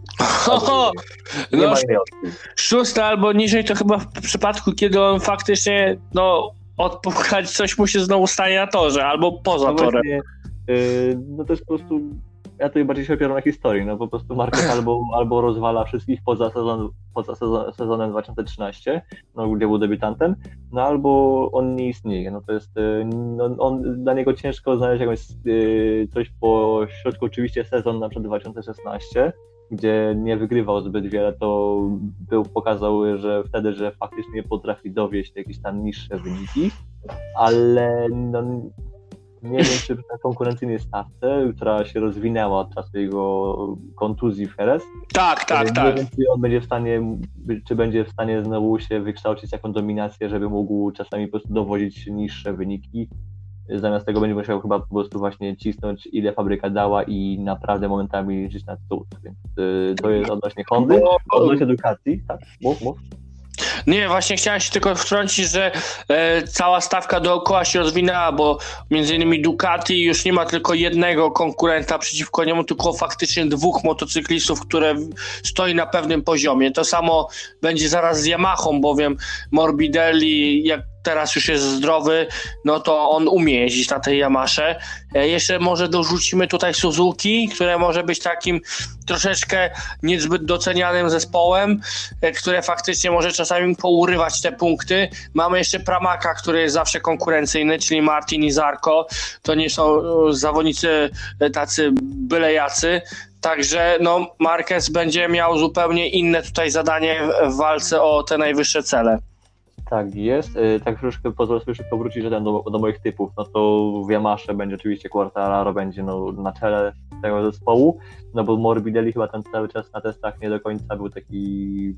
Nie ma innej opcji. Szósty albo niżej to chyba w przypadku, kiedy on faktycznie odpukać coś mu się znowu stanie na torze, albo poza torem. No to jest po prostu, ja tutaj bardziej się opieram na historii, no po prostu Marquez albo rozwala wszystkich poza sezonem 2013, no gdzie był debiutantem, no albo on nie istnieje, no to jest, dla niego ciężko znaleźć jakąś coś po środku, oczywiście sezon na przykład 2016, gdzie nie wygrywał zbyt wiele, to pokazał, że wtedy, że faktycznie potrafi dowieść jakieś tam niższe wyniki, ale nie wiem, czy na konkurencyjnej stawce, która się rozwinęła od czasu jego kontuzji w Jerez. Tak. Nie wiem, czy będzie w stanie znowu się wykształcić jaką dominację, żeby mógł czasami po prostu dowodzić niższe wyniki. Zamiast tego będzie musiał chyba po prostu właśnie cisnąć, ile fabryka dała i naprawdę momentami liczyć na cud. Więc to jest odnośnie Hondy, odnośnie edukacji. Tak, mów. Nie, właśnie chciałem się tylko wtrącić, że cała stawka dookoła się rozwinęła, bo między innymi Ducati już nie ma tylko jednego konkurenta przeciwko niemu, tylko faktycznie 2 motocyklistów, które stoi na pewnym poziomie. To samo będzie zaraz z Yamahą, bowiem Morbidelli, jak teraz już jest zdrowy, no to on umie jeździć na tej Yamasze. Jeszcze może dorzucimy tutaj Suzuki, które może być takim troszeczkę niezbyt docenianym zespołem, które faktycznie może czasami pourywać te punkty. Mamy jeszcze Pramaka, który jest zawsze konkurencyjny, czyli Martin i Zarco. To nie są zawodnicy tacy byle jacy. Także Marquez będzie miał zupełnie inne tutaj zadanie w walce o te najwyższe cele. Tak jest. Tak troszkę pozwolę sobie szybko wrócić do moich typów. No to w Yamasze będzie oczywiście Quartararo będzie na czele tego zespołu, no bo Morbidelli chyba ten cały czas na testach nie do końca był taki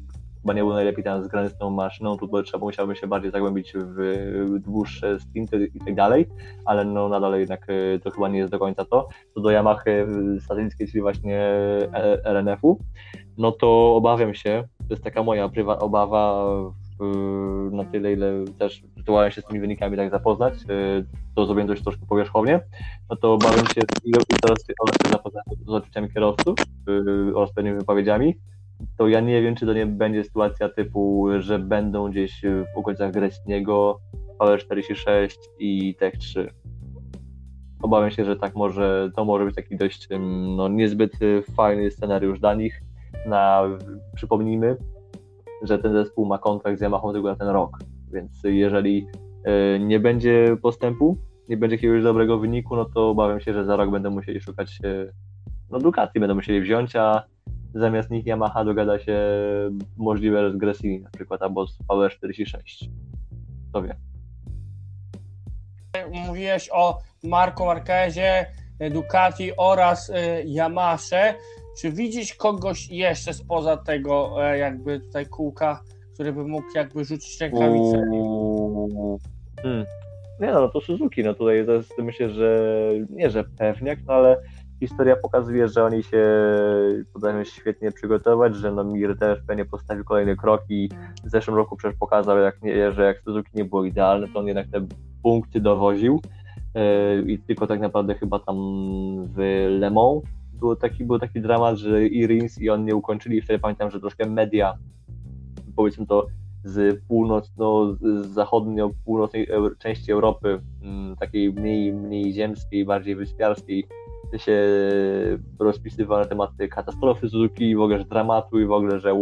chyba nie był najlepiej tam zgrany z tą maszyną, tu musiałbym się bardziej zagłębić w dłuższe stinty i tak dalej, ale no nadal jednak to chyba nie jest do końca to. Co do Yamahy satelickiej, czyli właśnie RNF-u, no to obawiam się, to jest taka moja obawa, na tyle, ile też zdołałem się z tymi wynikami tak zapoznać, to zrobiłem dość troszkę powierzchownie, no to obawiam się i teraz się zapoznać z odczuciami kierowców oraz pewnymi wypowiedziami, to ja nie wiem, czy to nie będzie sytuacja typu, że będą gdzieś w okolicach Gresiniego, VR46 i Tech 3. Obawiam się, że tak to może być taki dość niezbyt fajny scenariusz dla nich. Przypomnijmy, że ten zespół ma kontrakt z Yamahą tylko na ten rok, więc jeżeli nie będzie postępu, nie będzie jakiegoś dobrego wyniku, no to obawiam się, że za rok będą musieli szukać, Ducati będą musieli wziąć, a zamiast nich Yamaha dogada się możliwe z Gresini na przykład, albo z VR46. Kto wie. Mówiłeś o Marcu Marquezie, Ducati oraz Yamasze. Czy widzisz kogoś jeszcze spoza tego jakby tutaj kółka, który by mógł jakby rzucić rękawicę? Nie no, to Suzuki, no tutaj to jest, myślę, że nie, że pewniak, no ale historia pokazuje, że oni się potrafią świetnie przygotować, że no Mir też pewnie postawił kolejny krok i w zeszłym roku przecież pokazał, że jak Suzuki nie było idealne, to on jednak te punkty dowoził i tylko tak naprawdę chyba tam w Le Mans był taki dramat, że i Rins i on nie ukończyli, i wtedy pamiętam, że troszkę media, powiedzmy to z zachodnio-północnej części Europy, takiej mniej ziemskiej, bardziej wyspiarskiej, się rozpisywało na temat katastrofy Suzuki i w ogóle, że dramatu i w ogóle, że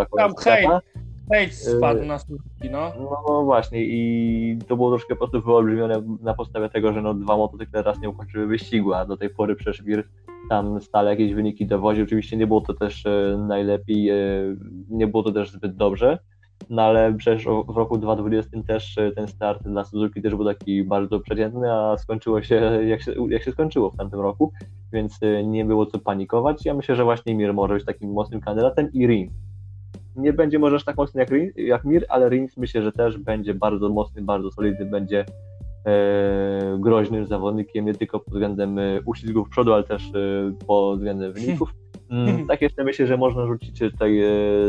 hejt spadł na Suzuki, no. No właśnie i to było troszkę po prostu wyolbrzymione na podstawie tego, że 2 motocykle raz nie ukończyły wyścigu, a do tej pory przecież Mir tam stale jakieś wyniki dowoził. Oczywiście nie było to też najlepiej, nie było to też zbyt dobrze, no ale przecież w roku 2020 też ten start dla Suzuki też był taki bardzo przeciętny, a skończyło się jak się skończyło w tamtym roku, więc nie było co panikować. Ja myślę, że właśnie Mir może być takim mocnym kandydatem i Rins. Nie będzie może aż tak mocny jak Mir, ale Rins myślę, że też będzie bardzo mocny, bardzo solidny, będzie groźnym zawodnikiem, nie tylko pod względem uślizgów przodu, ale też pod względem wyników. Tak jeszcze myślę, że można rzucić tutaj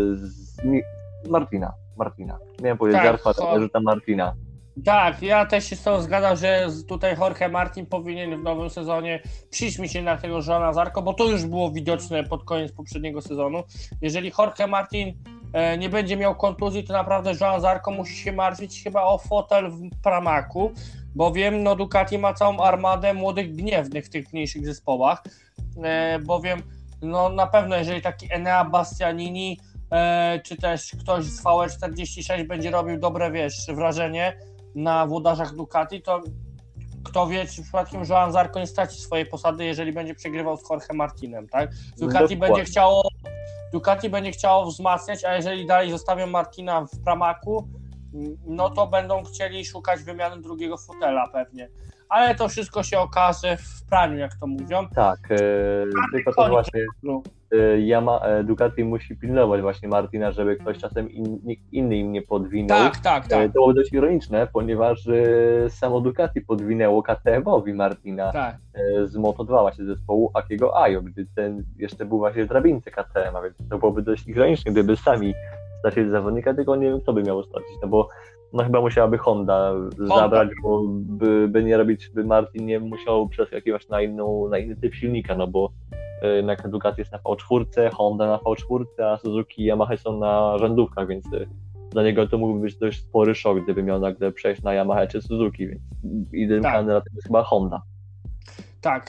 Martina. Miałem powiedzieć Zarfa, ale rzucam Martina. Tak, ja też się z tą zgadzam, że tutaj Jorge Martin powinien w nowym sezonie przyjść się na tego Joana Zarco, bo to już było widoczne pod koniec poprzedniego sezonu. Jeżeli Jorge Martin nie będzie miał kontuzji, to naprawdę Joan Zarco musi się martwić chyba o fotel w Pramacu, bowiem Ducati ma całą armadę młodych gniewnych w tych mniejszych zespołach, bowiem na pewno jeżeli taki Enea Bastianini czy też ktoś z VR46 będzie robił dobre, wrażenie na włodarzach Ducati, to kto wie, czy przypadkiem Joan Zarco nie straci swojej posady, jeżeli będzie przegrywał z Jorge Martinem, tak? Ducati będzie chciało wzmacniać, a jeżeli dalej zostawią Martina w Pramacu, no to będą chcieli szukać wymiany drugiego fotela pewnie. Ale to wszystko się okaże w praniu, jak to mówią. Tak, tylko to właśnie Ducati musi pilnować właśnie Martina, żeby ktoś czasem inny im nie podwinął. Tak. To byłoby dość ironiczne, ponieważ samo Ducati podwinęło KTM-owi Martina z Moto2 właśnie zespołu Akiego Ajo, gdy ten jeszcze był właśnie w drabince KTM, więc to byłoby dość ironiczne, gdyby sami stracili zawodnika, tylko nie wiem, kto by miał stracić, bo chyba musiałaby Honda zabrać, bo by nie robić, by Martin nie musiał przeskakiwać na inny typ silnika, bo jednak Ducati jest na V4, Honda na V4, a Suzuki i Yamaha są na rzędówkach, więc dla niego to mógłby być dość spory szok, gdyby miał nagle przejść na Yamaha czy Suzuki, więc idealnym kandydatem jest chyba Honda. Tak,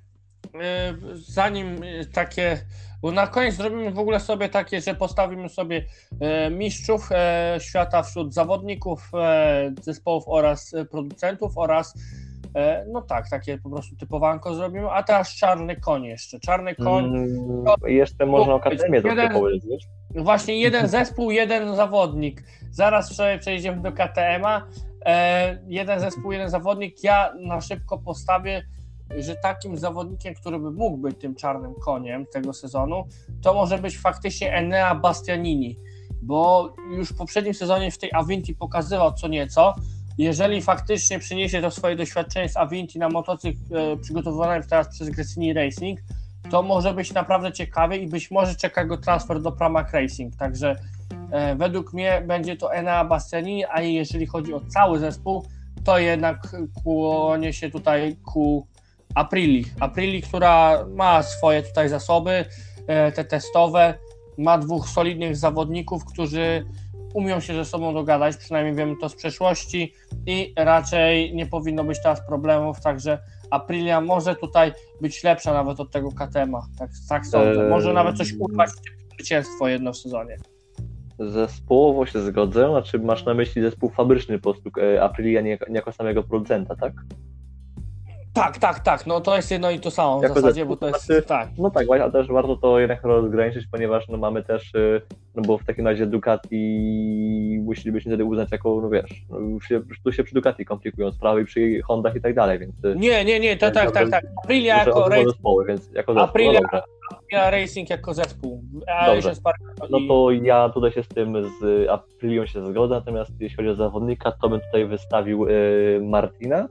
zanim takie, bo na koniec zrobimy w ogóle sobie takie, że postawimy sobie mistrzów świata wśród zawodników, zespołów oraz producentów oraz takie po prostu typowanko zrobimy, a teraz czarny koń jeszcze. Czarny koń. Jeszcze można o KTM trochę powiedzieć, wiesz? Właśnie jeden zespół, jeden zawodnik. Zaraz przejdziemy do KTM-a. Jeden zespół, jeden zawodnik. Ja na szybko postawię, że takim zawodnikiem, który by mógł być tym czarnym koniem tego sezonu, to może być faktycznie Enea Bastianini, bo już w poprzednim sezonie w tej Avinti pokazywał co nieco. Jeżeli faktycznie przyniesie to swoje doświadczenie z Avinti na motocykl przygotowywany teraz przez Gresini Racing, to może być naprawdę ciekawy i być może czeka go transfer do Pramac Racing, także według mnie będzie to Enea Bastianini, a jeżeli chodzi o cały zespół, to jednak kłonię się tutaj ku Aprilii, która ma swoje tutaj zasoby, te testowe, ma 2 solidnych zawodników, którzy umią się ze sobą dogadać, przynajmniej wiemy to z przeszłości i raczej nie powinno być teraz problemów, także Aprilia może tutaj być lepsza nawet od tego KTM-a, tak sądzę. Może nawet coś urwać zwycięstwo jedno w sezonie. Zespołowo się zgodzę, znaczy masz na myśli zespół fabryczny po prostu Aprilia nie jako samego producenta, tak? Tak, no to jest jedno i to samo jako w zasadzie, zespół, bo to jest, znaczy, tak. No tak, ale też warto to jednak rozgraniczyć, ponieważ no mamy też, no bo w takim razie Ducati musielibyśmy wtedy uznać jako, no wiesz, tu się przy Ducati komplikują sprawy i przy Hondach i tak dalej, więc... Nie, to tak. Aprilia jako zespoły, więc jako zespół, Aprilia, no Aprilia Racing jako zespół. Dobrze. No to ja tutaj się z tym, z Aprilią się zgodzę, natomiast jeśli chodzi o zawodnika, to bym tutaj wystawił Martina,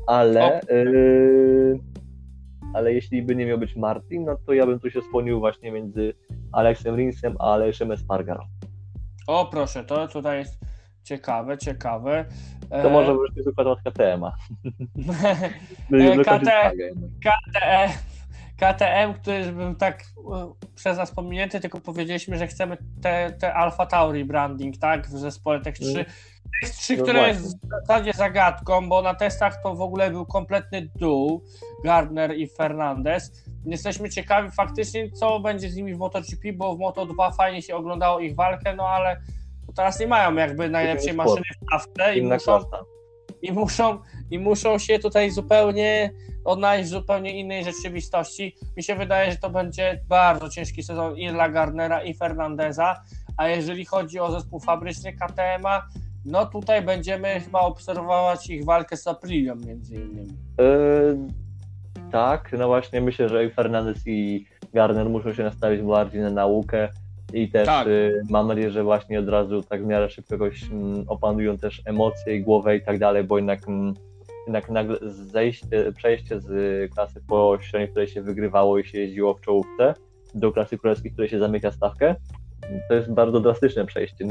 ale jeśli by nie miał być Martin, no to ja bym tu się skłonił właśnie między Alexem Rinsem a Aleixem Espargaró. O proszę, to tutaj jest ciekawe. To może być przykład od KTM-a. KTM, który był tak przez nas pominięty, tylko powiedzieliśmy, że chcemy te Alfa Tauri branding, tak, w zespole Tech 3. Tech 3, no które właśnie. jest w zasadzie zagadką, bo na testach to w ogóle był kompletny dół, Gardner i Fernandez. Jesteśmy ciekawi faktycznie, co będzie z nimi w MotoGP, bo w Moto2 fajnie się oglądało ich walkę, no ale teraz nie mają jakby najlepszej maszyny w stawce i muszą się tutaj zupełnie odnaleźć w zupełnie innej rzeczywistości. Mi się wydaje, że to będzie bardzo ciężki sezon i dla Gardnera i Fernandeza, a jeżeli chodzi o zespół fabryczny KTM-a, no tutaj będziemy chyba obserwować ich walkę z Aprilią między innymi. Tak, no właśnie myślę, że i Fernandez i Gardner muszą się nastawić bardziej na naukę i też Tak. Mam nadzieję, że właśnie od razu tak w miarę szybko jakoś opanują też emocje i głowę i tak dalej, bo jednak nagle przejście z klasy pośredniej, w której się wygrywało i się jeździło w czołówce, do klasy królewskiej, w której się zamyka stawkę, to jest bardzo drastyczne przejście,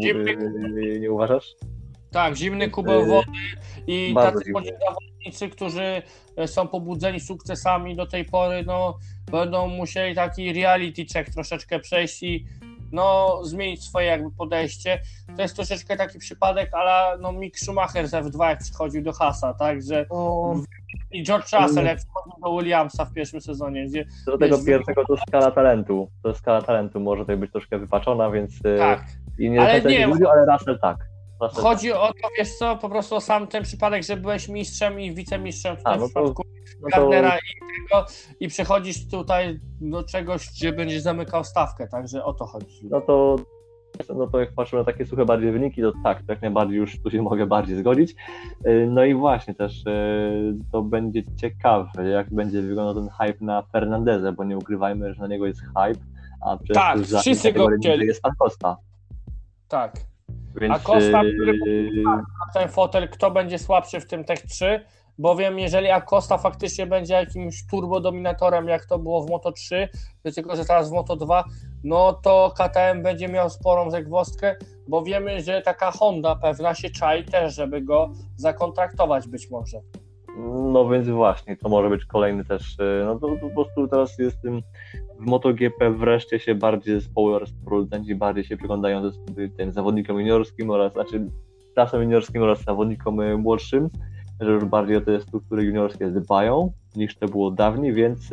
nie uważasz? Tak, zimny kubeł wody i Bardzo tacy zawodnicy, którzy są pobudzeni sukcesami do tej pory, no będą musieli taki reality check troszeczkę przejść i no zmienić swoje jakby podejście. To jest troszeczkę taki przypadek, ale no Mick Schumacher z F2 jak przychodził do Haasa, tak, że i George Russell jak wchodził do Williamsa w pierwszym sezonie. Gdzie, do tego pierwszego to skala talentu może tutaj być troszkę wypaczona, więc tak. I nie ale nie, ale Russell tak. Chodzi o to, wiesz co, po prostu o sam ten przypadek, że byłeś mistrzem i wicemistrzem w tym przypadku Gardnera i przechodzisz tutaj do czegoś, gdzie będziesz zamykał stawkę, także o to chodzi. No to jak patrzymy na takie suche bardziej wyniki, to tak, jak najbardziej już tu się mogę bardziej zgodzić. No i właśnie też to będzie ciekawe, jak będzie wyglądał ten hype na Fernandezę, bo nie ukrywajmy, że na niego jest hype, a przecież tak, wszyscy go chcieli. Jest Acosta. Tak. Więc, Acosta, który na ten fotel, kto będzie słabszy w tym Tech 3, bowiem jeżeli Acosta faktycznie będzie jakimś turbodominatorem, jak to było w Moto3, tylko że teraz w Moto2, no to KTM będzie miał sporą zagwozdkę, bo wiemy, że taka Honda pewna się czai też, żeby go zakontraktować być może. No więc właśnie, to może być kolejny też, no to po prostu teraz jest w MotoGP wreszcie się bardziej zespoły oraz producenci bardziej się przyglądają tym zawodnikom juniorskim oraz, klasom juniorskim oraz zawodnikom młodszym, że już bardziej o te struktury juniorskie dbają niż to było dawniej, więc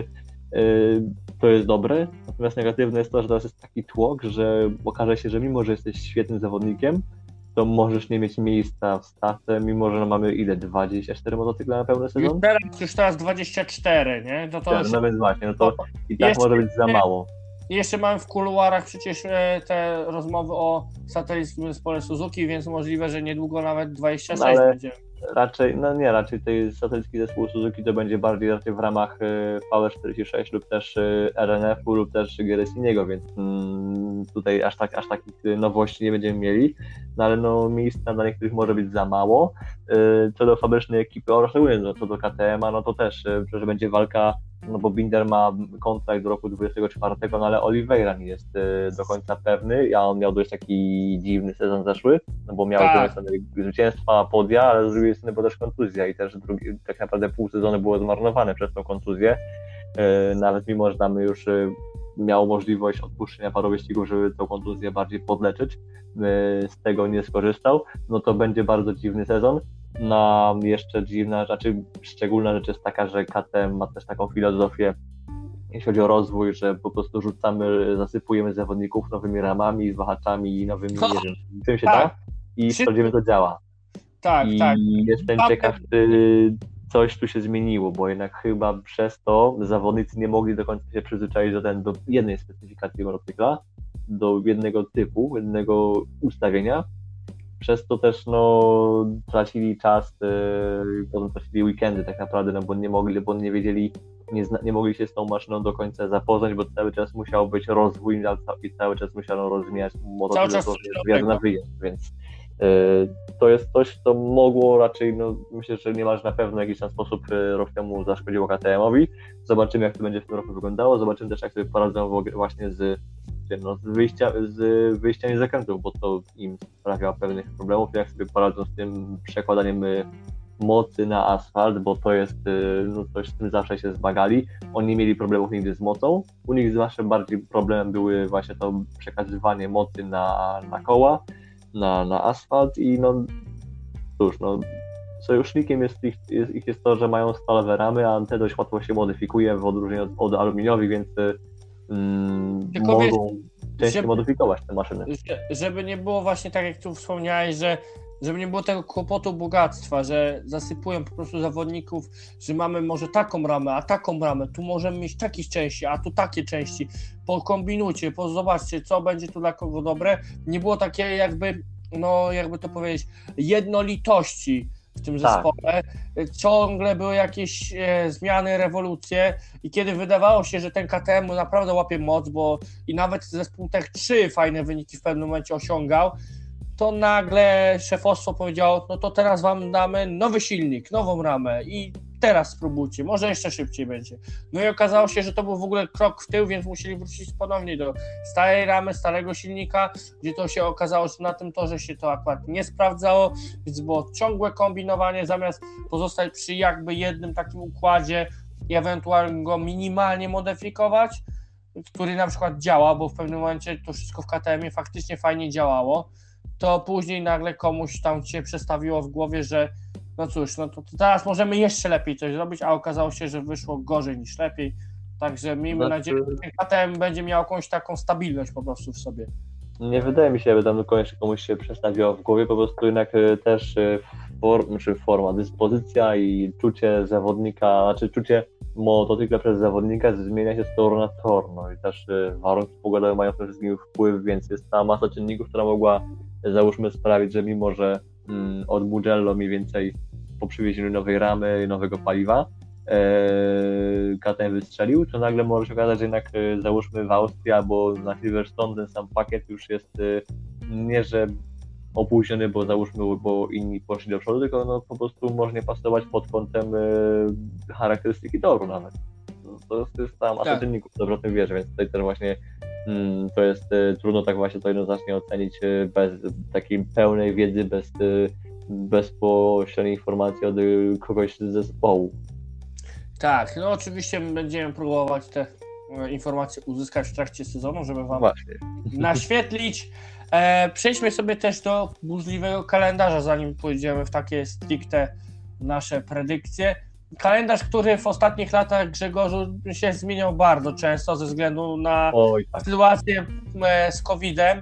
to jest dobre. Natomiast negatywne jest to, że teraz jest taki tłok, że okaże się, że mimo, że jesteś świetnym zawodnikiem, to możesz nie mieć miejsca w stawce, mimo że mamy ile? 24 motocykle na pełny sezon? Już teraz 24, nie? No więc właśnie, no to i tak może być za mało. I jeszcze mamy w kuluarach przecież te rozmowy o satelickim zespole Suzuki, więc możliwe, że niedługo nawet 26 będzie. Raczej tej satelicki zespół Suzuki to będzie bardziej raczej w ramach VR46 lub też RNF-u lub też Gresiniego, więc tutaj aż takich nowości nie będziemy mieli, no ale no miejsca dla niektórych może być za mało. Co do fabrycznej ekipy, szczególnie co do KTM-a, no to też, że będzie walka, no bo Binder ma kontrakt do roku 2024, no ale Oliveira nie jest do końca pewny, a on miał dość taki dziwny sezon zeszły, no bo miał zwycięstwa, podia, ale z drugiej strony była też kontuzja i też tak naprawdę pół sezonu było zmarnowane przez tą kontuzję, nawet mimo, że tam już miał możliwość odpuszczenia paru wyścigów, żeby tą kontuzję bardziej podleczyć, z tego nie skorzystał, no to będzie bardzo dziwny sezon. No jeszcze szczególna rzecz jest taka, że KTM ma też taką filozofię, jeśli chodzi o rozwój, że po prostu zasypujemy zawodników nowymi ramami, wahaczami i nowymi, nie wiem, czym się da i sprawdzimy, co działa. Tak. Jestem ciekaw, czy coś tu się zmieniło, bo jednak chyba przez to zawodnicy nie mogli do końca się przyzwyczaić do jednej specyfikacji motocykla, do jednego typu, jednego ustawienia. Przez to też tracili czas, potem tracili weekendy tak naprawdę, no bo nie wiedzieli, nie mogli się z tą maszyną do końca zapoznać, bo cały czas musiał być rozwój i cały czas musiano rozwijać motocykl na wyjazd, więc to jest coś, co mogło raczej, myślę, że niemalże na pewno w jakiś tam sposób rok temu zaszkodziło KTM-owi. Zobaczymy, jak to będzie w tym roku wyglądało, zobaczymy też, jak sobie poradzą właśnie z wyjściami z zakrętów, bo to im sprawia pewnych problemów, jak sobie poradzą z tym przekładaniem mocy na asfalt, bo to jest coś, z tym zawsze się zmagali. Oni nie mieli problemów nigdy z mocą, u nich zawsze bardziej problemem były właśnie to przekazywanie mocy na koła, na asfalt i sojusznikiem jest to, że mają stalowe ramy, a te dość łatwo się modyfikuje w odróżnieniu od aluminiowych, więc mogą częściej modyfikować te maszyny. Żeby nie było właśnie tak, jak tu wspomniałeś, żeby nie było tego kłopotu bogactwa, że zasypują po prostu zawodników, że mamy może taką ramę, a taką ramę, tu możemy mieć takich części, a tu takie części, pokombinujcie, zobaczcie, co będzie tu dla kogo dobre. Nie było takiej jakby to powiedzieć, jednolitości w tym zespole. Ciągle były jakieś zmiany, rewolucje i kiedy wydawało się, że ten KTM naprawdę łapie moc, bo i nawet zespół Tech 3 fajne wyniki w pewnym momencie osiągał, to nagle szefostwo powiedziało, no to teraz wam damy nowy silnik, nową ramę i teraz spróbujcie, może jeszcze szybciej będzie. No i okazało się, że to był w ogóle krok w tył, więc musieli wrócić ponownie do starej ramy, starego silnika, gdzie to się okazało, że na tym torze się to akurat nie sprawdzało, więc było ciągłe kombinowanie, zamiast pozostać przy jakby jednym takim układzie i ewentualnie go minimalnie modyfikować, który na przykład działa, bo w pewnym momencie to wszystko w KTM-ie faktycznie fajnie działało, to później nagle komuś tam się przestawiło w głowie, że no cóż, no to teraz możemy jeszcze lepiej coś zrobić, a okazało się, że wyszło gorzej niż lepiej. Także miejmy nadzieję, że KTM będzie miał jakąś taką stabilność po prostu w sobie. Nie wydaje mi się, aby tam koniecznie komuś się przestawiło w głowie, po prostu jednak też forma, dyspozycja i czucie zawodnika, znaczy czucie motocykla przez zawodnika zmienia się z toru na tor, no i też warunki pogodowe mają przede wszystkim wpływ, więc jest cała masa czynników, która mogła, załóżmy, sprawić, że mimo, że od Mugello mniej więcej po przywiezieniu nowej ramy, nowego paliwa KTM wystrzelił, to nagle może się okazać, że jednak załóżmy w Austrii albo na Silverstone ten sam pakiet już jest nie, że opóźniony, bo inni poszli do przodu, tylko po prostu może nie pasować pod kątem charakterystyki toru nawet. To jest cała masa czynników, dobrze o tym wierzę, więc tutaj też właśnie to jest trudno tak właśnie to jednoznacznie ocenić bez takiej pełnej wiedzy, bezpośredniej informacji od kogoś z zespołu. Tak, no oczywiście będziemy próbować te informacje uzyskać w trakcie sezonu, żeby wam naświetlić. Przejdźmy sobie też do burzliwego kalendarza, zanim pójdziemy w takie stricte nasze predykcje. Kalendarz, który w ostatnich latach, Grzegorzu, się zmieniał bardzo często ze względu na sytuację z COVID-em.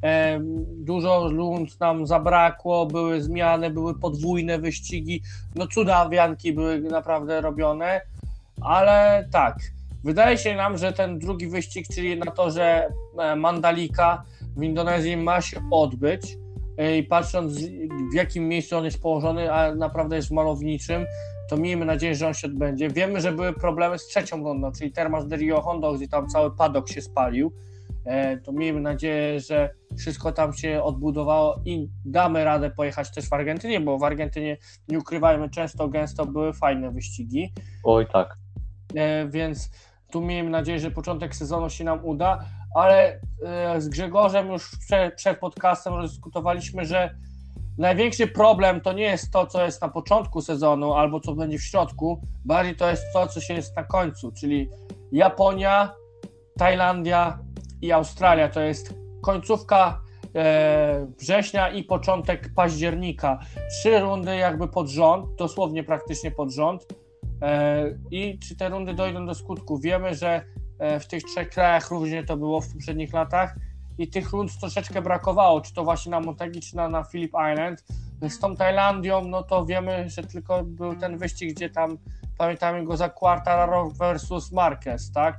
Dużo lund nam zabrakło, były zmiany, były podwójne wyścigi, no cudawianki były naprawdę robione, ale tak, wydaje się nam, że ten drugi wyścig, czyli na torze Mandalika w Indonezji ma się odbyć. i patrząc w jakim miejscu on jest położony, a naprawdę jest malowniczym, to miejmy nadzieję, że on się odbędzie. Wiemy, że były problemy z trzecią rundą, czyli Termas de Rio Hondo, gdzie tam cały paddock się spalił. To miejmy nadzieję, że wszystko tam się odbudowało i damy radę pojechać też w Argentynie, bo w Argentynie, nie ukrywajmy, gęsto były fajne wyścigi. Oj tak. Więc tu miejmy nadzieję, że początek sezonu się nam uda, ale z Grzegorzem już przed podcastem rozdyskutowaliśmy, że największy problem to nie jest to, co jest na początku sezonu albo co będzie w środku, bardziej to jest to, co się jest na końcu, czyli Japonia, Tajlandia i Australia. To jest końcówka września i początek października. 3 rundy jakby pod rząd, dosłownie praktycznie pod rząd. I czy te rundy dojdą do skutku? Wiemy, że w tych 3 krajach różnie to było w poprzednich latach i tych rund troszeczkę brakowało, czy to właśnie na Motegi, czy na Phillip Island. Z tą Tajlandią, no to wiemy, że tylko był ten wyścig, gdzie tam pamiętamy go za Quartararo versus Marquez, tak?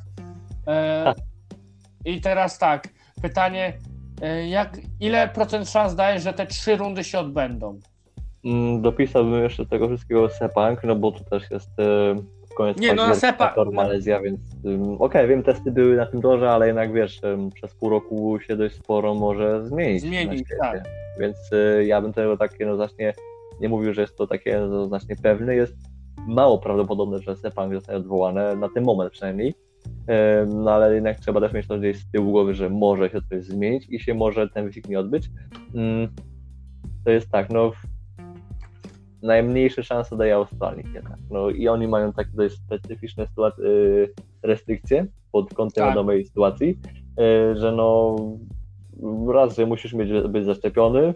I teraz tak, pytanie, ile procent szans dajesz, że te 3 rundy się odbędą? Dopisałbym jeszcze tego wszystkiego Sepang, no bo to też jest koniec października, Malezja, więc okej, wiem, testy były na tym torze, ale jednak wiesz, przez pół roku się dość sporo może zmienić, tak. Więc ja bym tego takie znacznie nie mówił, że jest to takie znacznie pewne, jest mało prawdopodobne, że Sepang zostanie odwołane, na ten moment przynajmniej, no ale jednak trzeba też mieć to gdzieś z tyłu głowy, że może się coś zmienić i się może ten wyścig nie odbyć. To jest tak, no najmniejsze szanse daje Australii jednak. No i oni mają takie dość specyficzne restrykcje pod kątem wiadomej sytuacji, że no raz, że musisz być zaszczepiony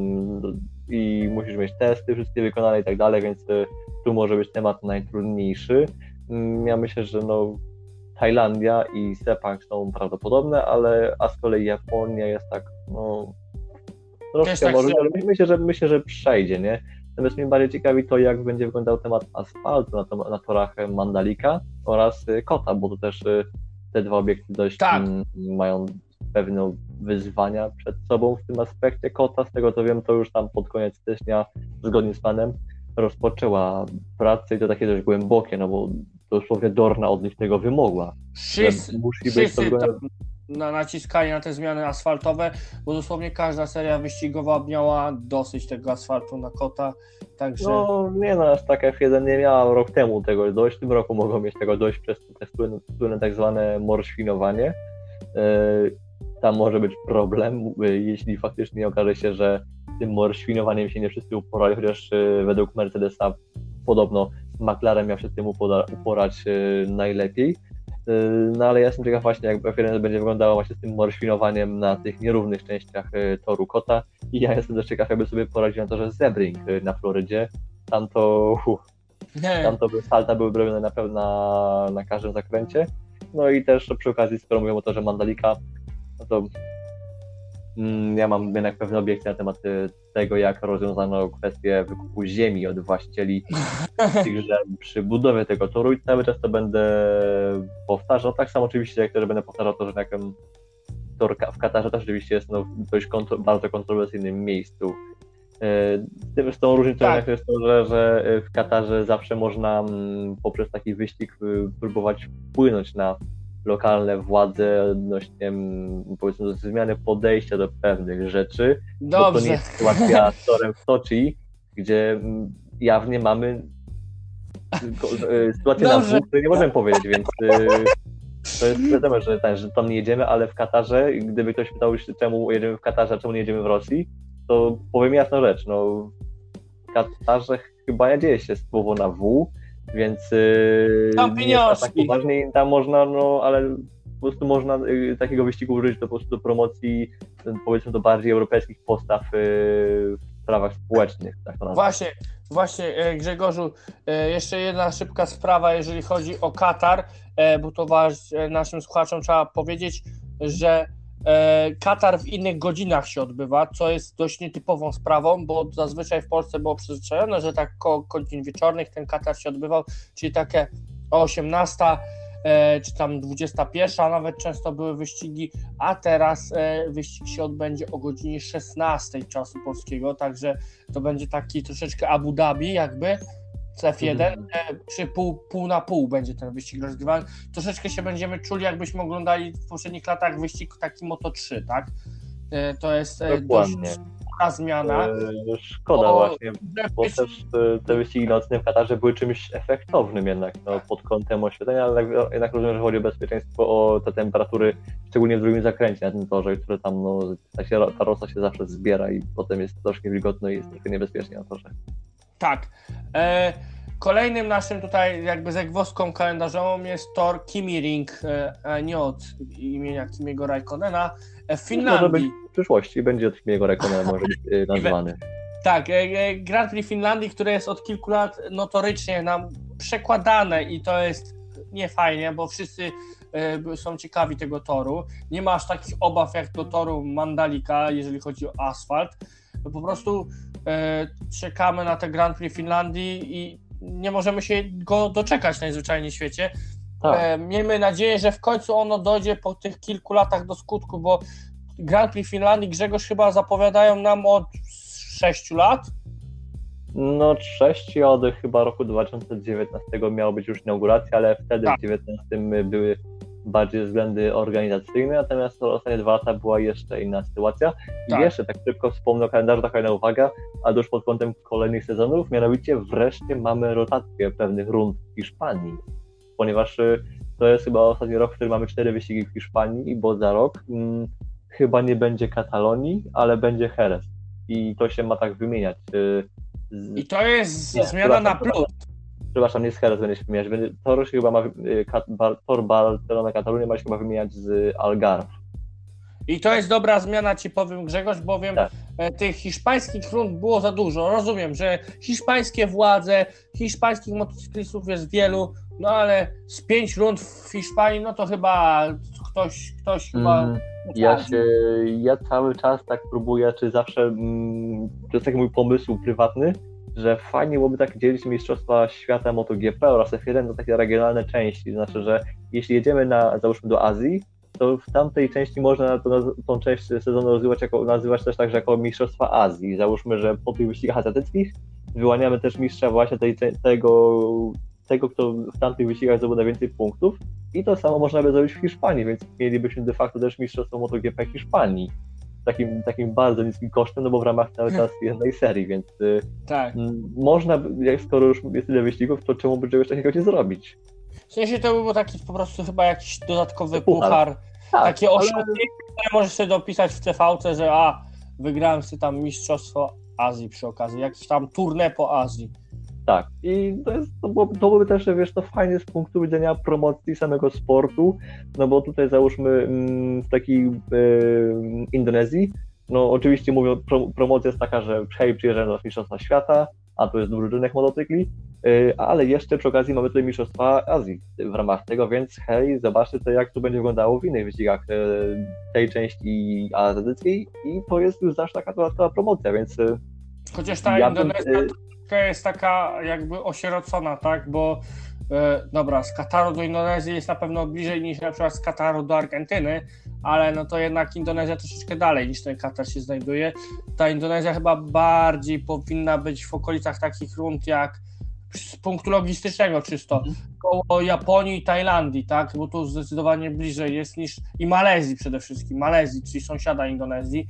i musisz mieć testy wszystkie wykonane i tak dalej, więc tu może być temat najtrudniejszy. Ja myślę, że no Tajlandia i Sepang są prawdopodobne, a z kolei Japonia jest tak, no troszkę tak może, ale myślę, że przejdzie, nie? Natomiast mnie bardziej ciekawi to, jak będzie wyglądał temat asfaltu na torach Mandalika oraz Kota, bo to też te 2 obiekty dość mają pewne wyzwania przed sobą w tym aspekcie. Kota, z tego co wiem, to już tam pod koniec stycznia, zgodnie z planem, rozpoczęła pracę i to takie dość głębokie, no bo dosłownie Dorna od nich tego wymogła. Wszyscy naciskali na te zmiany asfaltowe, bo dosłownie każda seria wyścigowa miała dosyć tego asfaltu na Kota, także... No nie, aż tak F1 nie miała rok temu tego dość, w tym roku mogą mieć tego dość przez te słynne tak zwane morświnowanie. Tam może być problem, jeśli faktycznie okaże się, że tym morświnowaniem się nie wszyscy uporali, chociaż według Mercedesa podobno McLaren miał się z tym uporać najlepiej. No ale ja jestem ciekaw właśnie, jak F1 będzie wyglądało właśnie z tym morświnowaniem na tych nierównych częściach toru Kota i ja jestem też ciekaw, jakby sobie poradził na torze Sebring na Florydzie. Tam to salta były robione na pewno na każdym zakręcie. No i też przy okazji, skoro mówimy o torze Mandalika, no to ja mam jednak pewne obiekcje na temat tego, jak rozwiązano kwestię wykupu ziemi od właścicieli przy budowie tego toru i cały czas to będę powtarzał. Tak samo oczywiście, jak też będę powtarzał to, że tor w Katarze też oczywiście jest dość bardzo kontrowersyjnym miejscu. Z tą różnicą jest to, że w Katarze zawsze można poprzez taki wyścig próbować wpłynąć na lokalne władze odnośnie, powiedzmy, zmiany podejścia do pewnych rzeczy. Dobrze. Bo to nie jest sytuacja z torem w Soczi, gdzie jawnie mamy sytuację na dwóch, której nie możemy powiedzieć, więc to jest wiadomo, że tam nie jedziemy, ale w Katarze, gdyby ktoś pytał, czemu jedziemy w Katarze, a czemu nie jedziemy w Rosji, to powiem jasną rzecz, no w Katarze chyba nie dzieje się słowo na W, więc nie jest tak poważnie, tam można, no ale po prostu można takiego wyścigu użyć po prostu do promocji, powiedzmy, do bardziej europejskich postaw w sprawach społecznych. Tak to Właśnie Grzegorzu, jeszcze jedna szybka sprawa, jeżeli chodzi o Katar, bo to naszym słuchaczom trzeba powiedzieć, że Katar w innych godzinach się odbywa, co jest dość nietypową sprawą, bo zazwyczaj w Polsce było przyzwyczajone, że tak koło godzin wieczornych ten Katar się odbywał, czyli takie o 18, czy tam 21, nawet często były wyścigi, a teraz wyścig się odbędzie o godzinie 16 czasu polskiego, także to będzie taki troszeczkę Abu Dhabi jakby, F1, czy pół na pół będzie ten wyścig rozgrywany. Troszeczkę się będziemy czuli, jakbyśmy oglądali w poprzednich latach wyścig taki Moto3, tak? To jest dość duża zmiana. Szkoda właśnie, bo też te wyścigi nocne w Katarze były czymś efektownym jednak, pod kątem oświetlenia, ale jednak rozumiem, że chodzi o bezpieczeństwo, o te temperatury, szczególnie w drugim zakręcie na tym torze, które tam, ta rosa się zawsze zbiera i potem jest troszkę wilgotno i jest trochę niebezpiecznie na torze. Tak. Kolejnym naszym tutaj jakby zagwozdką kalendarzową jest tor Kimi Ring, nie od imienia Kimiego Raikkonena, w Finlandii. Może być w przyszłości, będzie od Kimiego Raikkonena może być nazwany. Tak, Grand Prix Finlandii, które jest od kilku lat notorycznie nam przekładane i to jest niefajnie, bo wszyscy są ciekawi tego toru. Nie ma aż takich obaw jak do toru Mandalika, jeżeli chodzi o asfalt. Po prostu czekamy na te Grand Prix Finlandii i nie możemy się go doczekać najzwyczajniej w świecie. Tak. Miejmy nadzieję, że w końcu ono dojdzie po tych kilku latach do skutku, bo Grand Prix Finlandii, Grzegorz, chyba zapowiadają nam od 6 lat? 6 od chyba roku 2019 miała być już inauguracja, ale wtedy w 2019 były bardziej względy organizacyjne, natomiast ostatnie 2 lata była jeszcze inna sytuacja. I jeszcze tak szybko wspomnę o kalendarzu, taka jedna uwaga, a już pod kątem kolejnych sezonów, mianowicie wreszcie mamy rotację pewnych rund w Hiszpanii, ponieważ to jest chyba ostatni rok, w którym mamy 4 wyścigi w Hiszpanii, bo za rok chyba nie będzie Katalonii, ale będzie Jerez. I to się ma tak wymieniać. I to jest zmiana na plus. Przepraszam, nie z Jerez będzie się wymieniać. Tor się chyba ma, Tor Barcelona-Katalunia ma się chyba wymieniać z Algarve. I to jest dobra zmiana, ci powiem, Grzegorz, bowiem tych hiszpańskich rund było za dużo. Rozumiem, że hiszpańskie władze, hiszpańskich motocyklistów jest wielu, no ale z 5 rund w Hiszpanii, no to chyba ktoś chyba... Ja cały czas tak próbuję, czy zawsze, to jest taki mój pomysł prywatny, że fajnie byłoby tak dzielić Mistrzostwa Świata MotoGP oraz F1 na takie regionalne części. Znaczy, że jeśli jedziemy załóżmy do Azji, to w tamtej części można tą część sezonu nazywać też także jako Mistrzostwa Azji. Załóżmy, że po tych wyścigach azjatyckich wyłaniamy też mistrza właśnie tego, kto w tamtych wyścigach zdobył najwięcej punktów, i to samo można by zrobić w Hiszpanii, więc mielibyśmy de facto też mistrzostwo MotoGP Hiszpanii. Takim bardzo niskim kosztem, no bo w ramach cały czas jednej serii, więc można, skoro już jest tyle wyścigów, to czemu by czegoś takiego nie zrobić? W sensie to by był taki po prostu chyba jakiś dodatkowy puchar, takie osiągnięcie, które możesz sobie dopisać w CV-ce, że wygrałem sobie tam mistrzostwo Azji przy okazji, jakiś tam tournée po Azji. Tak, i to byłoby też, to fajnie z punktu widzenia promocji samego sportu, no bo tutaj załóżmy w takiej Indonezji, no oczywiście mówią, promocja jest taka, że przyjeżdżają do Mistrzostwa Świata, a to jest duży rynek motocykli, ale jeszcze przy okazji mamy tutaj Mistrzostwa Azji w ramach tego, więc hej, zobaczcie to, jak to będzie wyglądało w innych wyścigach tej części azjatyckiej i to jest już zawsze taka dodatkowa promocja, więc... Chociaż ta Indonezja jest taka jakby osierocona, tak, bo dobra, z Kataru do Indonezji jest na pewno bliżej niż na przykład z Kataru do Argentyny, ale no to jednak Indonezja troszeczkę dalej niż ten Katar się znajduje. Ta Indonezja chyba bardziej powinna być w okolicach takich rund jak z punktu logistycznego czysto, koło Japonii i Tajlandii, tak, bo tu zdecydowanie bliżej jest niż i Malezji przede wszystkim, czyli sąsiada Indonezji.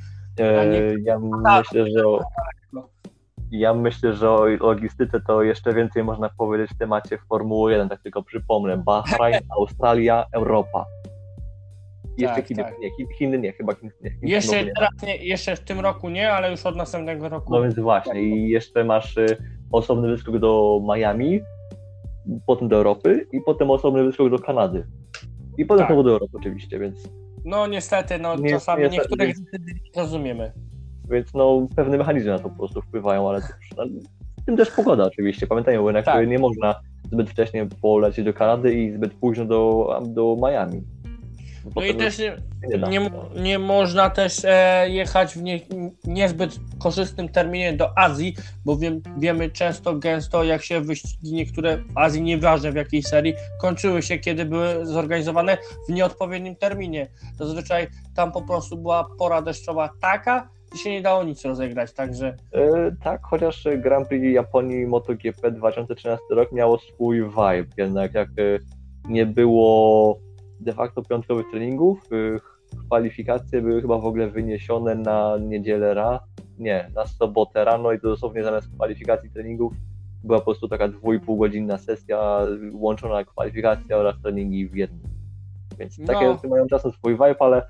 Ja myślę, że o logistyce to jeszcze więcej można powiedzieć w temacie Formuły 1, tak tylko przypomnę. Bahrain, Australia, Europa. Jeszcze Chiny nie, chyba Chiny nie. Jeszcze w tym roku nie, ale już od następnego roku. No więc właśnie, i jeszcze masz osobny wyskok do Miami, potem do Europy i potem osobny wyskok do Kanady. I potem znowu do Europy oczywiście, więc... No niestety, czasami niektórych nie rozumiemy. Więc pewne mechanizmy na to po prostu wpływają, ale w tym też pogoda oczywiście. Pamiętajmy, bo jednak nie można zbyt wcześnie polecieć do Kanady i zbyt późno do Miami. No i też nie można też jechać w niezbyt korzystnym terminie do Azji, bo wiemy gęsto, jak się wyścigi niektóre w Azji, nieważne w jakiej serii, kończyły się, kiedy były zorganizowane w nieodpowiednim terminie. Zazwyczaj tam po prostu była pora deszczowa taka, że się nie dało nic rozegrać, także... Tak, chociaż Grand Prix Japonii MotoGP 2013 rok miało swój vibe, jednak jak nie było de facto piątkowych treningów, kwalifikacje były chyba w ogóle wyniesione na niedzielę na sobotę rano i to dosłownie zamiast kwalifikacji treningów była po prostu taka 2,5-godzinna sesja łączona kwalifikacja oraz treningi w jednym. Więc takie rzeczy mają czasem swój vibe, ale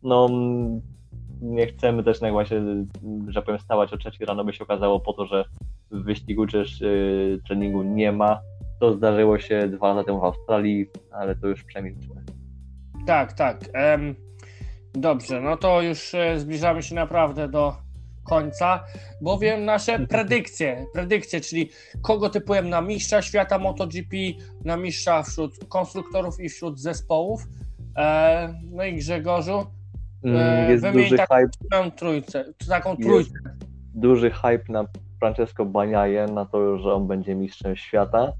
nie chcemy też właśnie, że powiem, stawać o 3 rano, by się okazało po to, że w wyścigu czy treningu nie ma. To zdarzyło się 2 lata temu w Australii, ale to już przemilczmy. Tak. Dobrze, no to już zbliżamy się naprawdę do końca, bowiem nasze predykcje, czyli kogo typujemy na mistrza świata MotoGP, na mistrza wśród konstruktorów i wśród zespołów. No i Grzegorzu, jest duży taką trójcę. Duży hype na Francesco Bagnaia, na to, że on będzie mistrzem świata.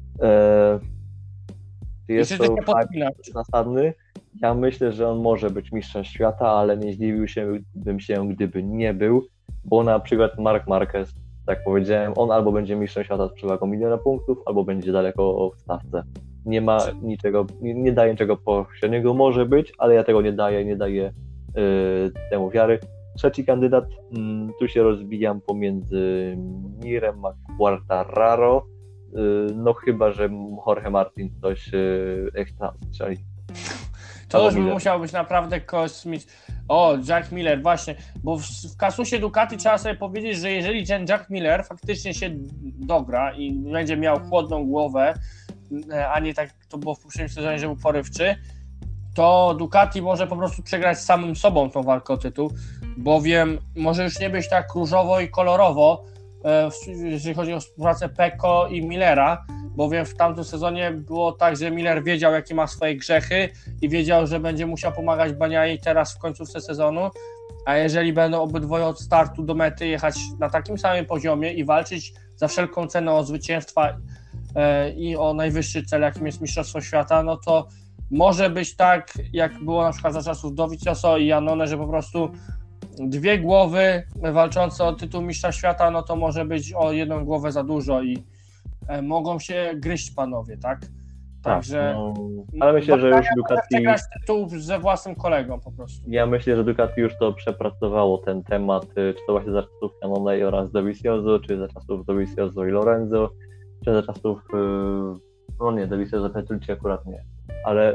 Jest to hype zasadny. Ja myślę, że on może być mistrzem świata, ale nie zdziwiłbym się, gdyby nie był, bo na przykład Marc Marquez, tak powiedziałem, on albo będzie mistrzem świata z przewagą 1 000 000 punktów, albo będzie daleko w stawce. Nie ma niczego, nie daje niczego pośredniego, może być, ale ja tego nie daję temu wiary. Trzeci kandydat, tu się rozbijam pomiędzy Mirem a Quartararo, no chyba, że Jorge Martin coś ekstra strzeli. To już by musiał być naprawdę kosmicz. O, Jack Miller, właśnie, bo w kasusie Ducati trzeba sobie powiedzieć, że jeżeli ten Jack Miller faktycznie się dogra i będzie miał chłodną głowę, a nie tak to było w poprzednim sezonie, że był porywczy, to Ducati może po prostu przegrać z samym sobą tą walkę o tytuł, bowiem może już nie być tak różowo i kolorowo, jeżeli chodzi o współpracę Pecco i Millera, bowiem w tamtym sezonie było tak, że Miller wiedział, jakie ma swoje grzechy i wiedział, że będzie musiał pomagać Bagnaii teraz w końcówce sezonu, a jeżeli będą obydwoje od startu do mety jechać na takim samym poziomie i walczyć za wszelką cenę o zwycięstwa i o najwyższy cel, jakim jest Mistrzostwo Świata, no to może być tak, jak było na przykład za czasów Dovizioso i Iannone, że po prostu 2 głowy walczące o tytuł mistrza świata, no to może być o 1 głowę za dużo i mogą się gryźć panowie, tak? Także. Ale myślę, że już Ducati. Przegrać tytuł ze własnym kolegą po prostu. Ja myślę, że Ducati już to przepracowało ten temat, czy to właśnie za czasów Iannone oraz Dovizioso, czy za czasów Dovizioso i Lorenzo, czy za czasów. Dovizioso Petrucci akurat nie. Ale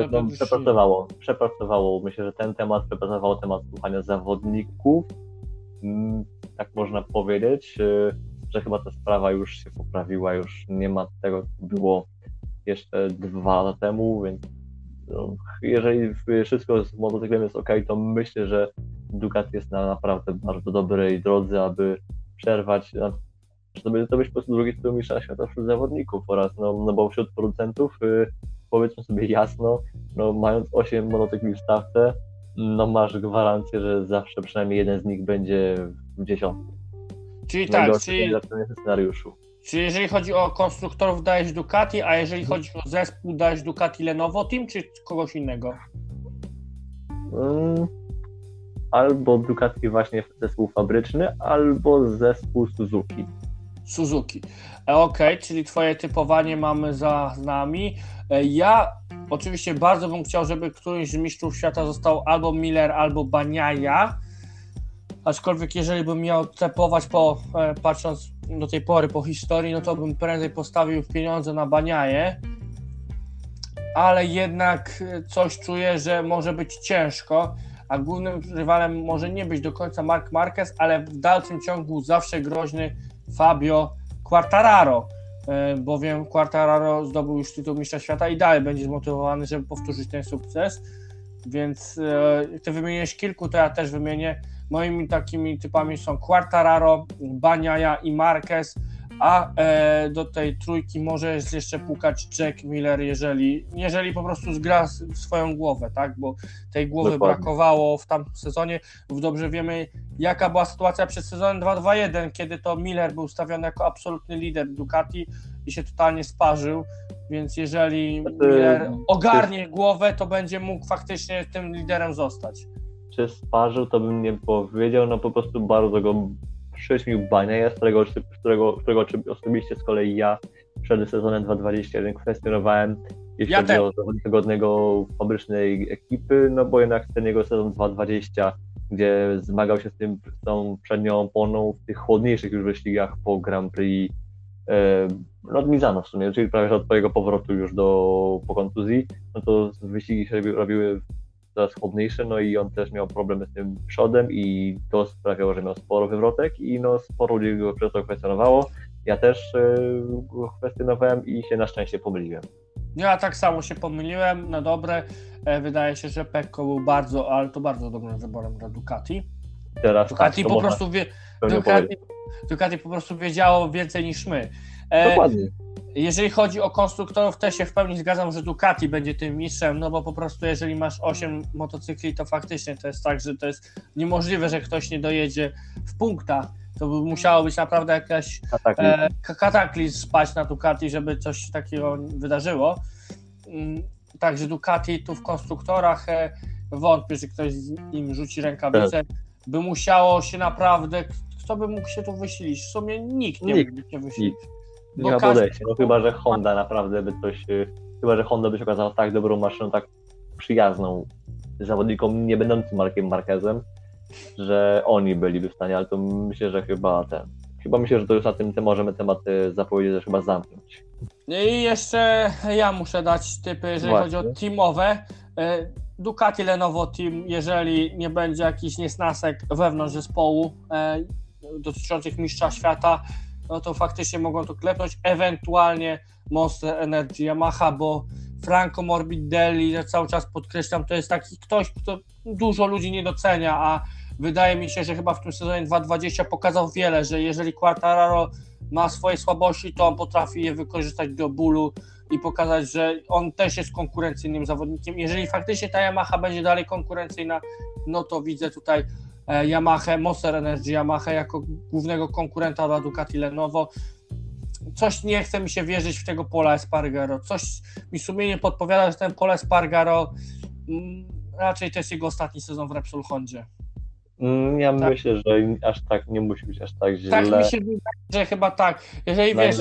przepracowało. Myślę, że ten temat przepracował temat słuchania zawodników. Tak można powiedzieć, że chyba ta sprawa już się poprawiła, już nie ma tego, co było jeszcze 2 lata temu, więc jeżeli wszystko z motocyklem jest ok, to myślę, że Ducati jest na naprawdę bardzo dobrej drodze, aby przerwać, to być po prostu drugi tytuł mistrza świata wśród zawodników oraz, bo wśród producentów powiedzmy sobie jasno, mając 8 motocykli w stawce, masz gwarancję, że zawsze przynajmniej jeden z nich będzie w 10. Czyli tak, scenariuszu. Czyli jeżeli chodzi o konstruktorów dajesz Ducati, a jeżeli chodzi o zespół dajesz Ducati Lenovo Team, czy kogoś innego? Albo Ducati właśnie zespół fabryczny, albo zespół Suzuki. Okej, czyli twoje typowanie mamy za nami. Ja oczywiście bardzo bym chciał, żeby któryś z mistrzów świata został albo Miller, albo Bagnaia, aczkolwiek jeżeli bym miał typować patrząc do tej pory po historii, no to bym prędzej postawił pieniądze na Bagnaię, ale jednak coś czuję, że może być ciężko, a głównym rywalem może nie być do końca Marc Marquez, ale w dalszym ciągu zawsze groźny Fabio Quartararo, bowiem Quartararo zdobył już tytuł mistrza świata i dalej będzie zmotywowany, żeby powtórzyć ten sukces, więc ty wymieniłeś kilku, to ja też wymienię. Moimi takimi typami są Quartararo, Bagnaia i Marquez, a do tej trójki może jeszcze pukać Jack Miller, jeżeli po prostu zgra swoją głowę, tak, bo tej głowy Dokładnie. brakowało w tamtym sezonie. Dobrze wiemy, jaka była sytuacja przed sezonem 2-2-1, kiedy to Miller był stawiany jako absolutny lider Ducati i się totalnie sparzył, więc jeżeli Miller ogarnie głowę, to będzie mógł faktycznie tym liderem zostać. Czy sparzył, to bym nie powiedział, no po prostu bardzo go przyćmił Bagnaia, którego osobiście z kolei ja przed sezonem 2021 kwestionowałem, jeśli chodzi o zawodnika godnego fabrycznej ekipy, no bo jednak ten jego sezon 2020, gdzie zmagał się z tą przednią oponą w tych chłodniejszych już wyścigach po Grand Prix od Misano w sumie, czyli prawie od twojego powrotu już po kontuzji, no to wyścigi się robiły coraz chłodniejsze, no i on też miał problemy z tym przodem i to sprawiało, że miał sporo wywrotek i no sporo ludzi go przez to kwestionowało. Ja też go kwestionowałem i się na szczęście pomyliłem. Ja tak samo się pomyliłem, na dobre. Wydaje się, że Pecco był bardzo dobrym wyborem dla Ducati. Teraz Ducati po prostu wiedziało więcej niż my. Dokładnie. Jeżeli chodzi o konstruktorów, też się w pełni zgadzam, że Ducati będzie tym mistrzem, no bo po prostu jeżeli masz 8 motocykli, to faktycznie to jest tak, że to jest niemożliwe, że ktoś nie dojedzie w punktach. To by musiało być naprawdę jakaś kataklizm spać na Ducati, żeby coś takiego wydarzyło. Także Ducati tu w konstruktorach wątpię, że ktoś im rzuci rękawicę. By musiało się naprawdę, kto by mógł się tu wysilić? W sumie nikt nie mógł się wysilić. Nie ma podejścia, no chyba, że Honda naprawdę chyba, że Honda by się okazała tak dobrą maszyną, tak przyjazną zawodnikom nie będącym Markiem Marquezem, że oni byliby w stanie, ale to myślę, że myślę, że to już na tym możemy temat zapowiedzieć, że chyba zamknąć. I jeszcze ja muszę dać typy, jeżeli chodzi o teamowe. Ducati Lenovo Team, jeżeli nie będzie jakichś niesnasek wewnątrz zespołu dotyczących mistrza świata, no to faktycznie mogą to klepnąć, ewentualnie Monster Energy Yamaha, bo Franco Morbidelli, ja cały czas podkreślam, to jest taki ktoś, kto dużo ludzi nie docenia, a wydaje mi się, że chyba w tym sezonie 2020 pokazał wiele, że jeżeli Quartararo ma swoje słabości, to on potrafi je wykorzystać do bólu i pokazać, że on też jest konkurencyjnym zawodnikiem. Jeżeli faktycznie ta Yamaha będzie dalej konkurencyjna, no to widzę tutaj Yamaha, Monster Energy Yamaha jako głównego konkurenta dla Ducati Lenovo. Coś nie chce mi się wierzyć w tego Paula Espargaro. Coś mi sumienie podpowiada, że ten Paul Espargaro raczej to jest jego ostatni sezon w Repsol Hondzie. Ja myślę, że aż tak nie musi być aż tak źle. Tak mi się wydaje, że chyba tak. Jeżeli wiesz,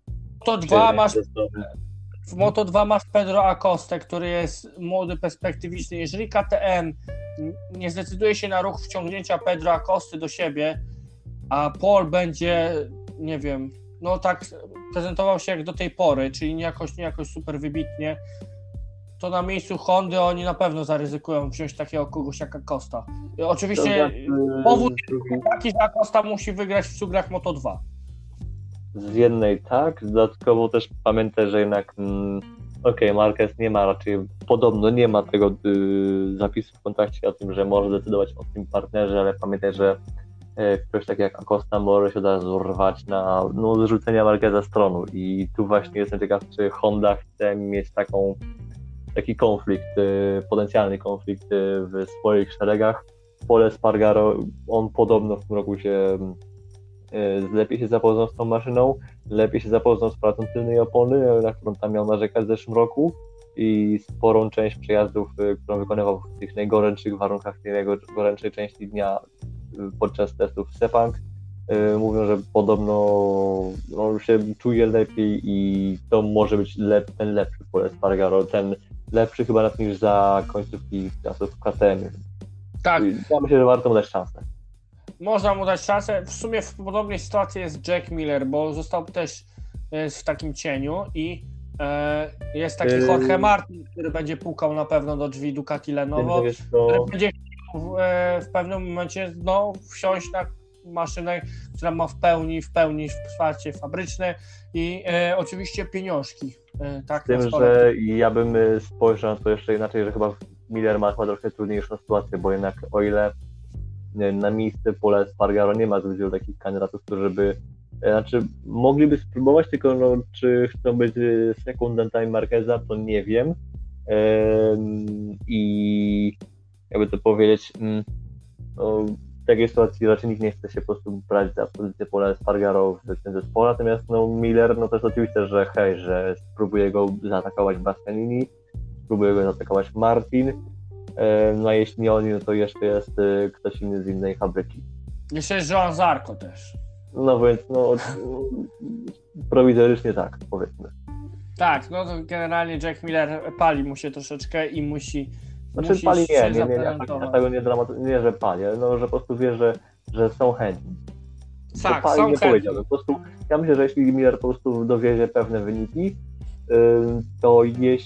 w Moto2 masz Pedro Acostę, który jest młody, perspektywiczny. Jeżeli KTM nie zdecyduje się na ruch wciągnięcia Pedro Acosty do siebie, a Paul będzie, nie wiem, no tak prezentował się jak do tej pory, czyli nie jakoś super wybitnie, to na miejscu Hondy oni na pewno zaryzykują wziąć takiego kogoś jak Acosta. Oczywiście powód jest taki, że Acosta musi wygrać w cugrach Moto2. Z jednej tak, dodatkowo też pamiętaj, że jednak Marquez nie ma raczej, podobno nie ma tego zapisu w kontrakcie o tym, że może decydować o tym partnerze, ale pamiętaj, że ktoś taki jak Acosta może się od razu rwać na zrzucenia Marqueza z tronu i tu właśnie jestem ciekaw, czy Honda chce mieć taki konflikt, potencjalny konflikt w swoich szeregach. Paul Espargaro, on podobno w tym roku lepiej się zapoznał z tą maszyną, lepiej się zapoznał z pracą tylnej opony, na którą tam miał narzekać w zeszłym roku i sporą część przejazdów, którą wykonywał w tych najgorętszych warunkach, tej najgorętszej części dnia podczas testów w Sepang. Mówią, że podobno on się czuje lepiej i to może być ten lepszy Paul Espargaro, ten lepszy chyba nawet niż za końcówki czasów w KTM. Tak. Ja myślę, że warto mu dać szansę. Można mu dać szansę. W sumie w podobnej sytuacji jest Jack Miller, bo został też w takim cieniu i jest taki Jorge Martin, który będzie pukał na pewno do drzwi Ducati Lenovo, który będzie w pewnym momencie wsiąść na maszynę, która ma w pełni wsparcie fabryczne i oczywiście pieniążki. Tak, z tym, że ja bym spojrzał na to jeszcze inaczej, że chyba Miller ma chyba trochę trudniejszą sytuację, bo jednak o ile na miejsce Paula Espargaro nie ma zbyt wielu takich kandydatów, którzy by Znaczy, mogliby spróbować, tylko no, czy chcą być sekundantami Marqueza, to nie wiem. I jakby to powiedzieć, no, w takiej sytuacji raczej nikt nie chce się po prostu brać za pozycję Paula Espargaro w tym zespole, natomiast no, Miller, no to jest oczywiste, że hej, że spróbuje go zaatakować Bastianini, spróbuje go zaatakować Martin, no a jeśli nie oni, no to jeszcze jest ktoś inny z innej fabryki. Jeszcze jest Joan Zarco też. No więc, no, prowizorycznie tak, powiedzmy. Tak, no to generalnie Jack Miller pali mu się troszeczkę i musi. Znaczy pali ja tego nie, że pali, no, że po prostu wie, że są chętni. Tak, pali, są nie chętni. powiedziałbym. Po prostu, ja myślę, że jeśli Miller po prostu dowiezie pewne wyniki, to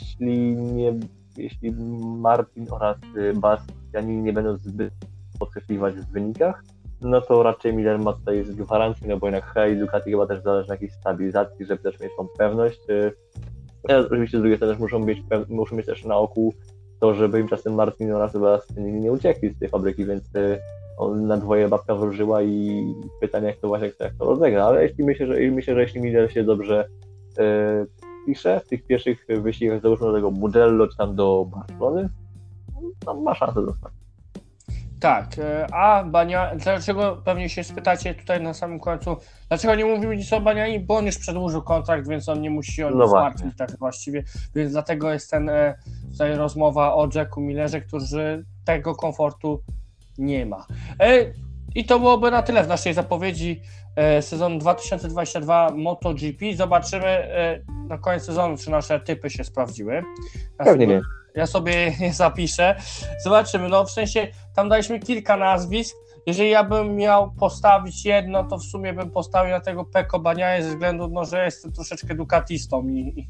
jeśli Martin oraz Bastianini nie będą zbyt podkreśliwać w wynikach, no to raczej Miller ma tutaj gwarancję, no bo jednak hej, Ducati chyba też zależy na jakiejś stabilizacji, żeby też mieć tą pewność. Oczywiście z drugiej strony muszą mieć też na oku to, żeby im czasem Martin oraz Bastianini nie uciekli z tej fabryki, więc on na dwoje babka wróżyła i pytanie jak to rozegra, ale myślę, że jeśli Miller się dobrze pisze w tych pierwszych wyścigach, załóżmy do tego Mugello czy tam do Barcelony, to ma szansę dostać. Tak, a dlaczego pewnie się spytacie tutaj na samym końcu, dlaczego nie mówimy nic o Baniani, bo on już przedłużył kontrakt, więc on nie musi się o nic martwić tak właściwie, więc dlatego jest tutaj rozmowa o Jacku Millerze, który tego komfortu nie ma. I to byłoby na tyle w naszej zapowiedzi sezonu 2022 MotoGP. Zobaczymy na koniec sezonu, czy nasze typy się sprawdziły. Pewnie nie. Ja sobie je zapiszę. Zobaczymy. No w sensie tam daliśmy kilka nazwisk. Jeżeli ja bym miał postawić jedno, to w sumie bym postawił na tego Pecco Bagnaia ze względu, no, że jestem troszeczkę Ducatistą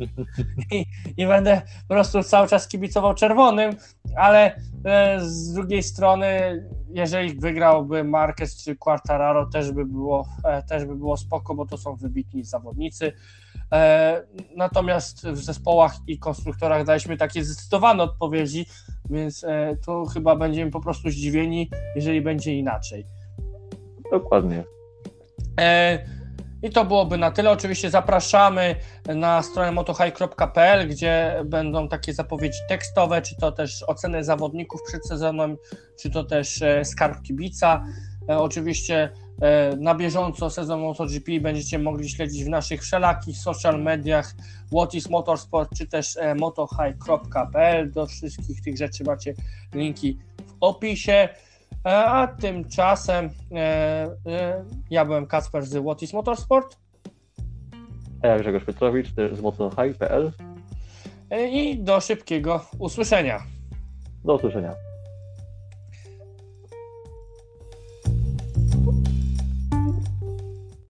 i będę po prostu cały czas kibicował czerwonym, ale z drugiej strony, jeżeli wygrałby Marquez czy Quartararo, też by było spoko, bo to są wybitni zawodnicy. Natomiast w zespołach i konstruktorach daliśmy takie zdecydowane odpowiedzi, więc tu chyba będziemy po prostu zdziwieni, jeżeli będzie inaczej. Dokładnie. I to byłoby na tyle. Oczywiście zapraszamy na stronę motohigh.pl, gdzie będą takie zapowiedzi tekstowe, czy to też oceny zawodników przed sezonem, czy to też skarb kibica. Oczywiście na bieżąco sezon MotoGP będziecie mogli śledzić w naszych wszelakich social mediach What is Motorsport, czy też motohigh.pl. Do wszystkich tych rzeczy macie linki w opisie. A tymczasem ja byłem Kacper z What is Motorsport. A ja Grzegorz Piotrowicz z motohigh.pl. I do szybkiego usłyszenia. Do usłyszenia.